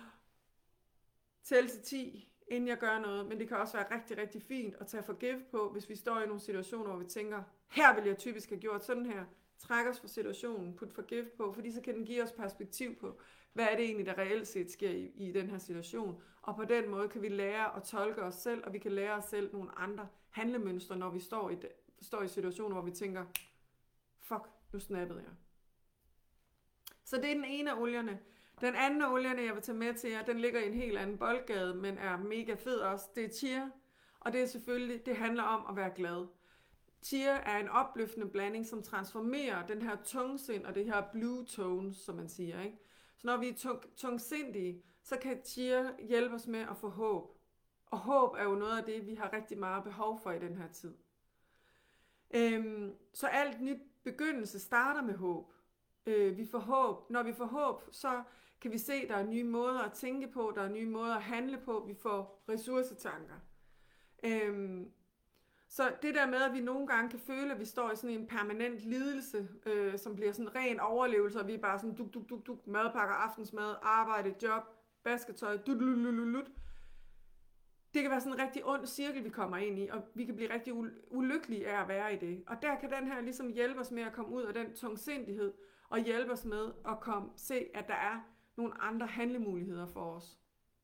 tæl til ti, inden jeg gør noget, men det kan også være rigtig, rigtig fint at tage forgive på, hvis vi står i nogle situationer, hvor vi tænker, her vil jeg typisk have gjort sådan her, træk os fra situationen, put forgive på, fordi så kan den give os perspektiv på, hvad er det egentlig, der reelt set sker i, i den her situation. Og på den måde kan vi lære at tolke os selv, og vi kan lære os selv nogle andre handlemønstre, når vi står i, står i situationer, hvor vi tænker, fuck, nu snappede jeg. Så det er den ene af olierne. Den anden af olierne, jeg vil tage med til jer, den ligger i en helt anden boldgade, men er mega fed også. Det er chia, og det er selvfølgelig, det handler om at være glad. Chia er en opløftende blanding, som transformerer den her tungsind og det her blue tones, som man siger, ikke? Så når vi er tung, tungsindige, så kan chia hjælpe os med at få håb. Og håb er jo noget af det, vi har rigtig meget behov for i den her tid. Øhm, så alt nyt begyndelse starter med håb. Øh, vi får håb. Når vi får håb, så kan vi se, at der er nye måder at tænke på, der er nye måder at handle på, vi får ressourcetanker. Øhm, så det der med, at vi nogle gange kan føle, at vi står i sådan en permanent lidelse, øh, som bliver sådan en ren overlevelse, og vi er bare sådan duk, duk, duk, duk, madpakker, aftensmad, arbejde, job, basketøj, dut, det kan være sådan en rigtig ond cirkel, vi kommer ind i, og vi kan blive rigtig ulykkelige af at være i det. Og der kan den her ligesom hjælpe os med at komme ud af den tungsindighed, og hjælpe os med at komme, se, at der er nogle andre handlemuligheder for os.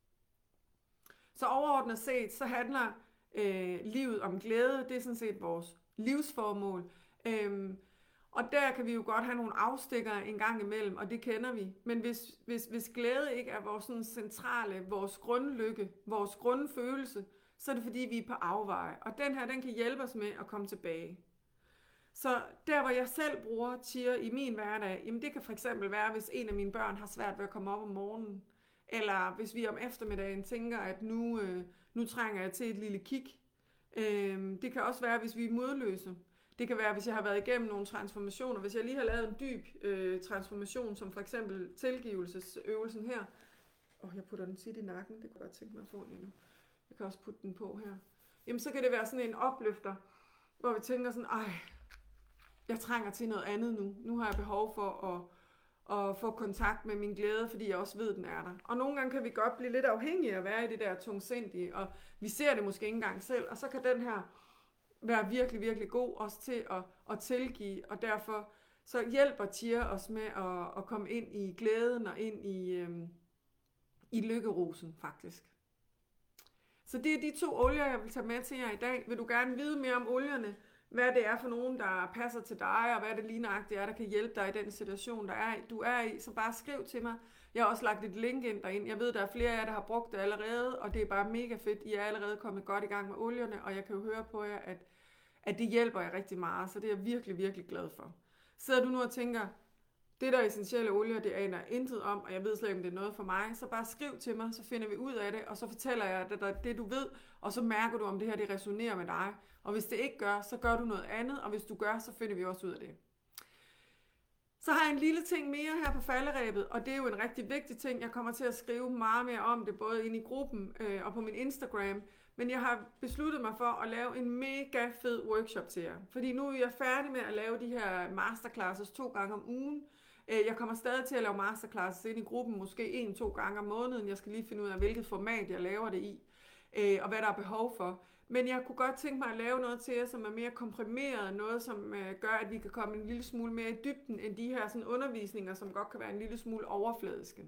Så overordnet set, så handler øh, livet om glæde. Det er sådan set vores livsformål. Øhm, og der kan vi jo godt have nogle afstikkere en gang imellem, og det kender vi. Men hvis, hvis, hvis glæde ikke er vores sådan centrale, vores grundlykke, vores grundfølelse, så er det fordi, vi er på afveje. Og den her, den kan hjælpe os med at komme tilbage. Så der, hvor jeg selv bruger chia i min hverdag, jamen det kan for eksempel være, hvis en af mine børn har svært ved at komme op om morgenen, eller hvis vi om eftermiddagen tænker, at nu, øh, nu trænger jeg til et lille kig. Øh, det kan også være, hvis vi er modløse. Det kan være, hvis jeg har været igennem nogle transformationer, hvis jeg lige har lavet en dyb øh, transformation, som for eksempel tilgivelsesøvelsen her. Åh, oh, jeg putter den tit i nakken. Det kunne jeg godt tænke mig at få en endnu. Jeg kan også putte den på her. Jamen, så kan det være sådan en opløfter, hvor vi tænker sådan, ej, jeg trænger til noget andet nu. Nu har jeg behov for at, at få kontakt med min glæde, fordi jeg også ved, at den er der. Og nogle gange kan vi godt blive lidt afhængige af at være i det der tungsindige, og vi ser det måske ikke engang selv, og så kan den her være virkelig, virkelig god også til at, at tilgive, og derfor så hjælper Chia os med at, at komme ind i glæden og ind i, øhm, i lykkerosen faktisk. Så det er de to olier, jeg vil tage med til jer i dag. Vil du gerne vide mere om olierne, hvad det er for nogen, der passer til dig, og hvad det lige nøjagtigt er, der kan hjælpe dig i den situation, der er, du er i, så bare skriv til mig. Jeg har også lagt et link ind derind. Jeg ved, der er flere af jer, der har brugt det allerede, og det er bare mega fedt. I er allerede kommet godt i gang med olierne, og jeg kan jo høre på jer, at, at det hjælper jer rigtig meget, så det er jeg virkelig, virkelig glad for. Sidder du nu og tænker, det der essentielle olier, det aner intet om, og jeg ved slet ikke, om det er noget for mig, så bare skriv til mig, så finder vi ud af det, og så fortæller jeg dig det, det, du ved, og så mærker du, om det her det resonerer med dig. Og hvis det ikke gør, så gør du noget andet, og hvis du gør, så finder vi også ud af det. Så har jeg en lille ting mere her på falderebet, og det er jo en rigtig vigtig ting. Jeg kommer til at skrive meget mere om det, både inde i gruppen øh, og på min Instagram, men jeg har besluttet mig for at lave en mega fed workshop til jer. Fordi nu er jeg færdig med at lave de her masterclasses to gange om ugen. Jeg kommer stadig til at lave masterclasses ind i gruppen, måske en-to gange om måneden. Jeg skal lige finde ud af, hvilket format jeg laver det i, og hvad der er behov for. Men jeg kunne godt tænke mig at lave noget til jer, som er mere komprimeret, noget som gør, at vi kan komme en lille smule mere i dybden, end de her sådan, undervisninger, som godt kan være en lille smule overfladiske.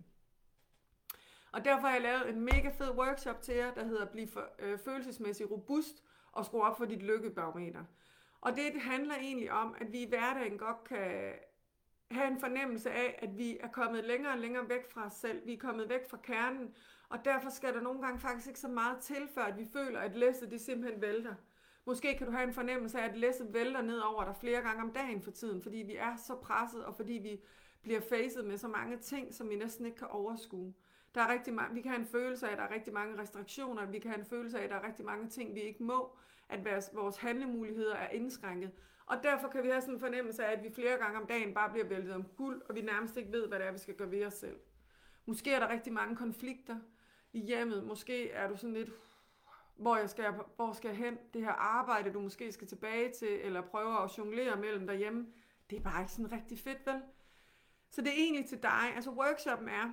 Og derfor har jeg lavet en mega fed workshop til jer, der hedder Bliv for, øh, følelsesmæssigt robust og skru op for dit lykkebarometer. Og det, det handler egentlig om, at vi i hverdagen godt kan have en fornemmelse af, at vi er kommet længere og længere væk fra os selv. Vi er kommet væk fra kernen, og derfor skal der nogle gange faktisk ikke så meget til, før at vi føler, at læsset det simpelthen vælter. Måske kan du have en fornemmelse af, at læsset vælter ned over dig flere gange om dagen for tiden, fordi vi er så presset, og fordi vi bliver facet med så mange ting, som vi næsten ikke kan overskue. Der er rigtig mange, vi kan have en følelse af, at der er rigtig mange restriktioner, vi kan have en følelse af, at der er rigtig mange ting, vi ikke må, at vores handlemuligheder er indskrænket. Og derfor kan vi have sådan en fornemmelse af, at vi flere gange om dagen bare bliver væltet om guld, og vi nærmest ikke ved, hvad det er, vi skal gøre ved os selv. Måske er der rigtig mange konflikter i hjemmet. Måske er du sådan lidt, hvor, jeg skal, hvor skal jeg hen? Det her arbejde, du måske skal tilbage til, eller prøver at jonglere mellem derhjemme, det er bare ikke sådan rigtig fedt, vel? Så det er egentlig til dig. Altså workshoppen er,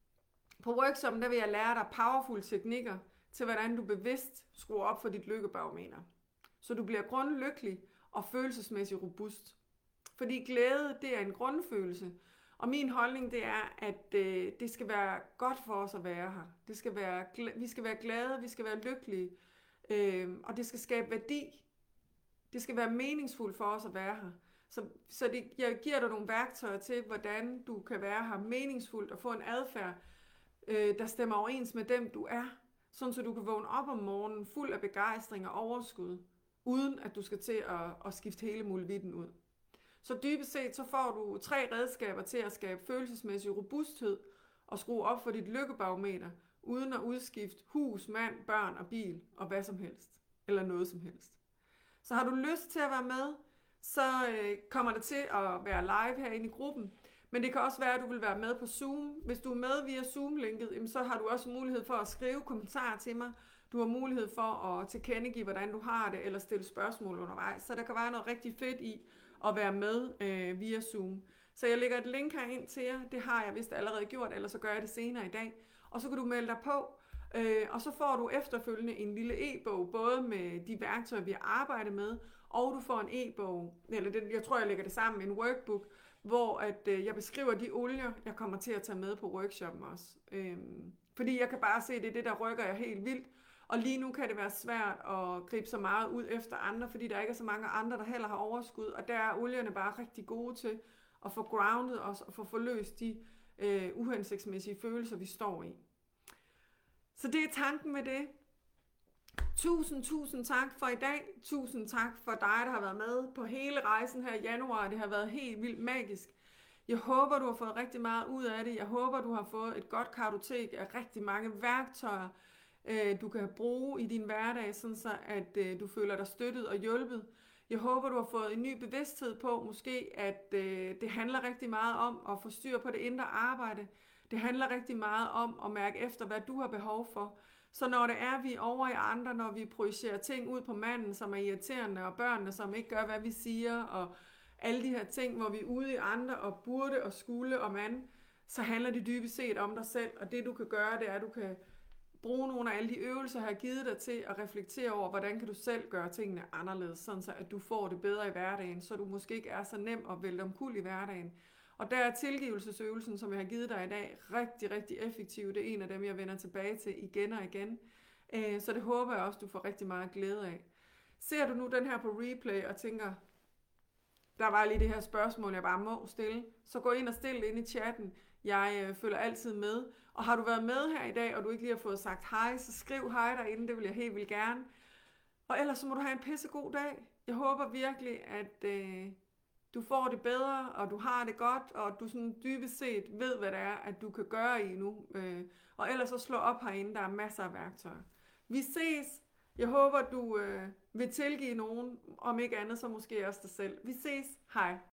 på workshoppen der vil jeg lære dig powerful teknikker til, hvordan du bevidst skruer op for dit lykkebarometer. Så du bliver grundlykkelig og følelsesmæssigt robust. Fordi glæde, det er en grundfølelse. Og min holdning, det er, at øh, det skal være godt for os at være her. Det skal være, vi skal være glade, vi skal være lykkelige, øh, og det skal skabe værdi. Det skal være meningsfuldt for os at være her. Så, så det, jeg giver dig nogle værktøjer til, hvordan du kan være her meningsfuldt og få en adfærd, øh, der stemmer overens med dem, du er. Sådan så du kan vågne op om morgenen fuld af begejstring og overskud, uden at du skal til at, at skifte hele muligheden ud. Så dybest set så får du tre redskaber til at skabe følelsesmæssig robusthed og skrue op for dit lykkebarometer, uden at udskifte hus, mand, børn og bil og hvad som helst. Eller noget som helst. Så har du lyst til at være med, så øh, kommer det til at være live herinde i gruppen. Men det kan også være, at du vil være med på Zoom. Hvis du er med via Zoom-linket, så har du også mulighed for at skrive kommentarer til mig. Du har mulighed for at tilkendegive, hvordan du har det, eller stille spørgsmål undervejs. Så der kan være noget rigtig fedt i at være med øh, via Zoom. Så jeg lægger et link her ind til jer. Det har jeg vist allerede gjort, eller så gør jeg det senere i dag. Og så kan du melde dig på, øh, og så får du efterfølgende en lille e-bog, både med de værktøjer, vi har arbejdet med, og du får en e-bog, eller det, jeg tror, jeg lægger det sammen, en workbook, hvor at, øh, jeg beskriver de olier, jeg kommer til at tage med på workshoppen også. Øhm, fordi jeg kan bare se, at det er det, der rykker jeg helt vildt. Og lige nu kan det være svært at gribe så meget ud efter andre, fordi der ikke er så mange andre, der heller har overskud. Og der er olierne bare rigtig gode til at få grounded os og få forløst de øh, uhensigtsmæssige følelser, vi står i. Så det er tanken med det. Tusind, tusind tak for i dag. Tusind tak for dig, der har været med på hele rejsen her i januar. Det har været helt vildt magisk. Jeg håber, du har fået rigtig meget ud af det. Jeg håber, du har fået et godt kartotek af rigtig mange værktøjer, du kan bruge i din hverdag, sådan så at du føler dig støttet og hjulpet. Jeg håber, du har fået en ny bevidsthed på, måske at det handler rigtig meget om at få styr på det indre arbejde. Det handler rigtig meget om at mærke efter, hvad du har behov for. Så når det er, vi er over i andre, når vi projicerer ting ud på manden, som er irriterende, og børnene, som ikke gør, hvad vi siger, og alle de her ting, hvor vi er ude i andre, og burde og skulle og mand, så handler det dybest set om dig selv. Og det du kan gøre, det er, at du kan bruge nogle af alle de øvelser, jeg har givet dig til at reflektere over, hvordan kan du selv gøre tingene anderledes, sådan så at du får det bedre i hverdagen, så du måske ikke er så nem at vælte omkuld i hverdagen. Og der er tilgivelsesøvelsen, som jeg har givet dig i dag, rigtig, rigtig effektiv. Det er en af dem, jeg vender tilbage til igen og igen. Så det håber jeg også, du får rigtig meget glæde af. Ser du nu den her på replay og tænker, der var lige det her spørgsmål, jeg bare må stille, så gå ind og stil det ind i chatten. Jeg følger altid med. Og har du været med her i dag, og du ikke lige har fået sagt hej, så skriv hej derinde, det vil jeg helt vildt gerne. Og ellers så må du have en pissegod dag. Jeg håber virkelig, at øh, du får det bedre, og du har det godt, og du sådan dybest set ved, hvad det er, at du kan gøre i nu. Øh, og ellers så slå op herinde, der er masser af værktøjer. Vi ses. Jeg håber, du øh, vil tilgive nogen, om ikke andet, så måske også dig selv. Vi ses. Hej.